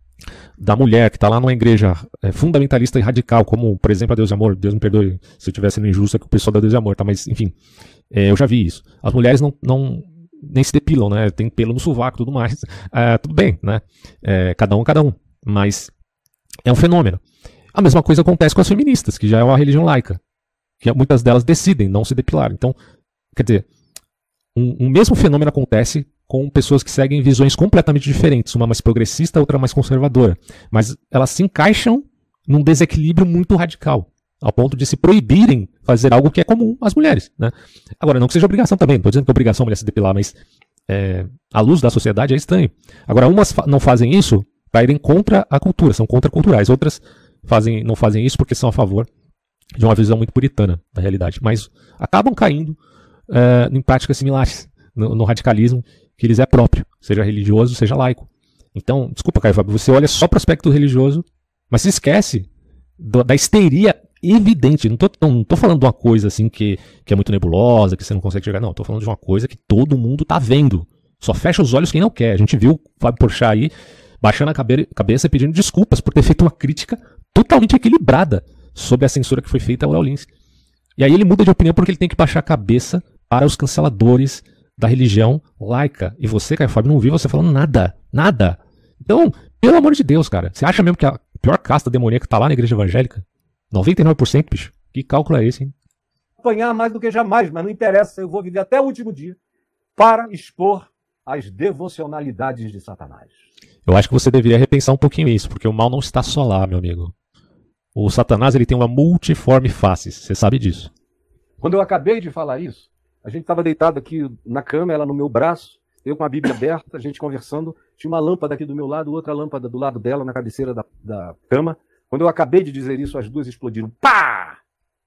mulher que está lá numa igreja fundamentalista e radical, como, por exemplo, a Deus e Amor. Deus me perdoe se eu estiver sendo injusto com o pessoal da Deus e Amor, tá? Mas, enfim, eu já vi isso. As mulheres nem se depilam, né? Tem pelo no sovaco e tudo mais. Tudo bem, né? Cada um. Mas é um fenômeno. A mesma coisa acontece com as feministas, que já é uma religião laica, que muitas delas decidem não se depilar. Então, quer dizer, um mesmo fenômeno acontece com pessoas que seguem visões completamente diferentes, uma mais progressista, outra mais conservadora. Mas elas se encaixam num desequilíbrio muito radical, ao ponto de se proibirem fazer algo que é comum às mulheres, né? Agora, não que seja obrigação também, não estou dizendo que é obrigação a mulher se depilar, mas à luz da sociedade é estranho. Agora, umas não fazem isso para irem contra a cultura, são contraculturais. Outras não fazem isso porque são a favor de uma visão muito puritana da realidade. Mas acabam caindo em práticas similares, no radicalismo, que lhes é próprio, seja religioso, seja laico. Então, desculpa, Caio Fábio, você olha só para o aspecto religioso, mas se esquece da histeria evidente. Não tô falando de uma coisa assim que é muito nebulosa, que você não consegue chegar. Não, tô falando de uma coisa que todo mundo tá vendo. Só fecha os olhos quem não quer. A gente viu o Fábio Porchat aí baixando a cabeça e pedindo desculpas por ter feito uma crítica totalmente equilibrada sobre a censura que foi feita ao Léo Lins. E aí ele muda de opinião porque ele tem que baixar a cabeça para os canceladores da religião laica. E você, Caio Fábio, não viu você falando nada. Nada. Então, pelo amor de Deus, cara. Você acha mesmo que a pior casta demoníaca tá lá na igreja evangélica? 99%, bicho? Que cálculo é esse, hein? Apanhar mais do que jamais, mas não interessa. Eu vou viver até o último dia para expor as devocionalidades de Satanás. Eu acho que você deveria repensar um pouquinho isso, porque o mal não está só lá, meu amigo. O Satanás, ele tem uma multiforme face. Você sabe disso. Quando eu acabei de falar isso, a gente estava deitado aqui na cama, ela no meu braço, eu com a Bíblia aberta, a gente conversando, tinha uma lâmpada aqui do meu lado, outra lâmpada do lado dela, na cabeceira da cama. Quando eu acabei de dizer isso, as duas explodiram. Pá!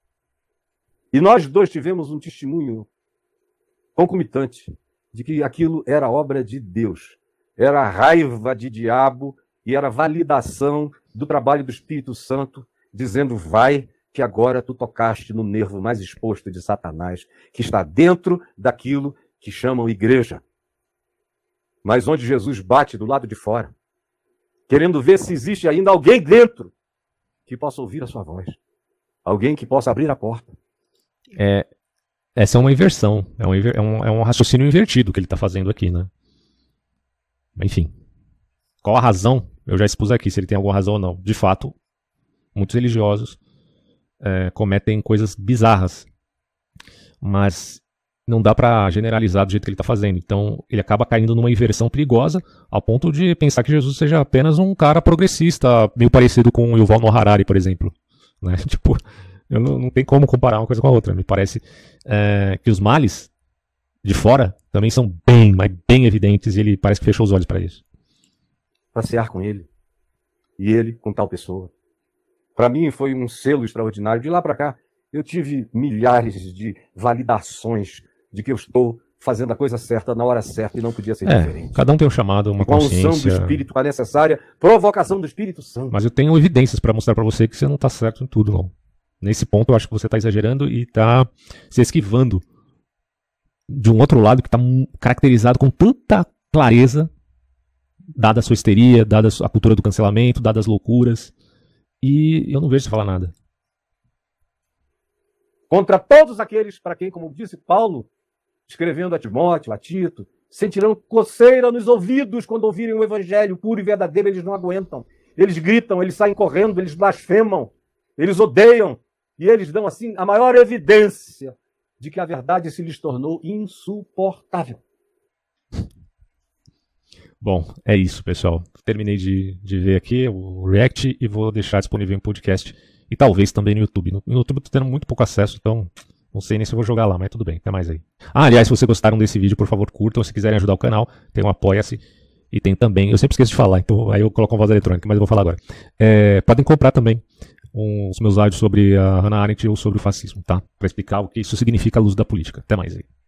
E nós dois tivemos um testemunho concomitante de que aquilo era obra de Deus. Era raiva de diabo e era validação do trabalho do Espírito Santo, dizendo, vai, que agora tu tocaste no nervo mais exposto de Satanás, que está dentro daquilo que chamam igreja. Mas onde Jesus bate do lado de fora, querendo ver se existe ainda alguém dentro que possa ouvir a sua voz. Alguém que possa abrir a porta. Essa é uma inversão. É um raciocínio invertido que ele está fazendo aqui, né? Enfim. Qual a razão? Eu já expus aqui se ele tem alguma razão ou não. De fato, muitos religiosos cometem coisas bizarras. Mas não dá para generalizar do jeito que ele está fazendo. Então, ele acaba caindo numa inversão perigosa, ao ponto de pensar que Jesus seja apenas um cara progressista, meio parecido com o Yuval Noah Harari, por exemplo. Né? Tipo, eu não tem como comparar uma coisa com a outra. Me parece que os males de fora também são bem, mas bem evidentes, e ele parece que fechou os olhos para isso. para cear com ele. E ele com tal pessoa. Para mim foi um selo extraordinário. De lá para cá, eu tive milhares de validações de que eu estou fazendo a coisa certa na hora certa e não podia ser diferente. Cada um tem um chamado, uma consciência. Com a unção do Espírito, com a necessária provocação do Espírito Santo. Mas eu tenho evidências para mostrar para você que você não está certo em tudo, não. Nesse ponto eu acho que você está exagerando e está se esquivando de um outro lado que está caracterizado com tanta clareza, dada a sua histeria, dada a cultura do cancelamento, dadas as loucuras. E eu não vejo você falar nada. Contra todos aqueles para quem, como disse Paulo, escrevendo a Timóteo, a Tito, sentirão coceira nos ouvidos quando ouvirem o evangelho puro e verdadeiro, eles não aguentam. Eles gritam, eles saem correndo, eles blasfemam, eles odeiam. E eles dão, assim, a maior evidência de que a verdade se lhes tornou insuportável. Bom, é isso, pessoal. Terminei de ver aqui o React e vou deixar disponível em podcast e talvez também no YouTube. No YouTube eu tô tendo muito pouco acesso, então não sei nem se eu vou jogar lá, mas tudo bem, até mais aí. Aliás, se vocês gostaram desse vídeo, por favor, curtam. Se quiserem ajudar o canal, tem um Apoia-se e tem também, eu sempre esqueço de falar, então aí eu coloco uma voz eletrônica, mas eu vou falar agora. Podem comprar também os meus áudios sobre a Hannah Arendt ou sobre o fascismo, tá? Para explicar o que isso significa à luz da política. Até mais aí.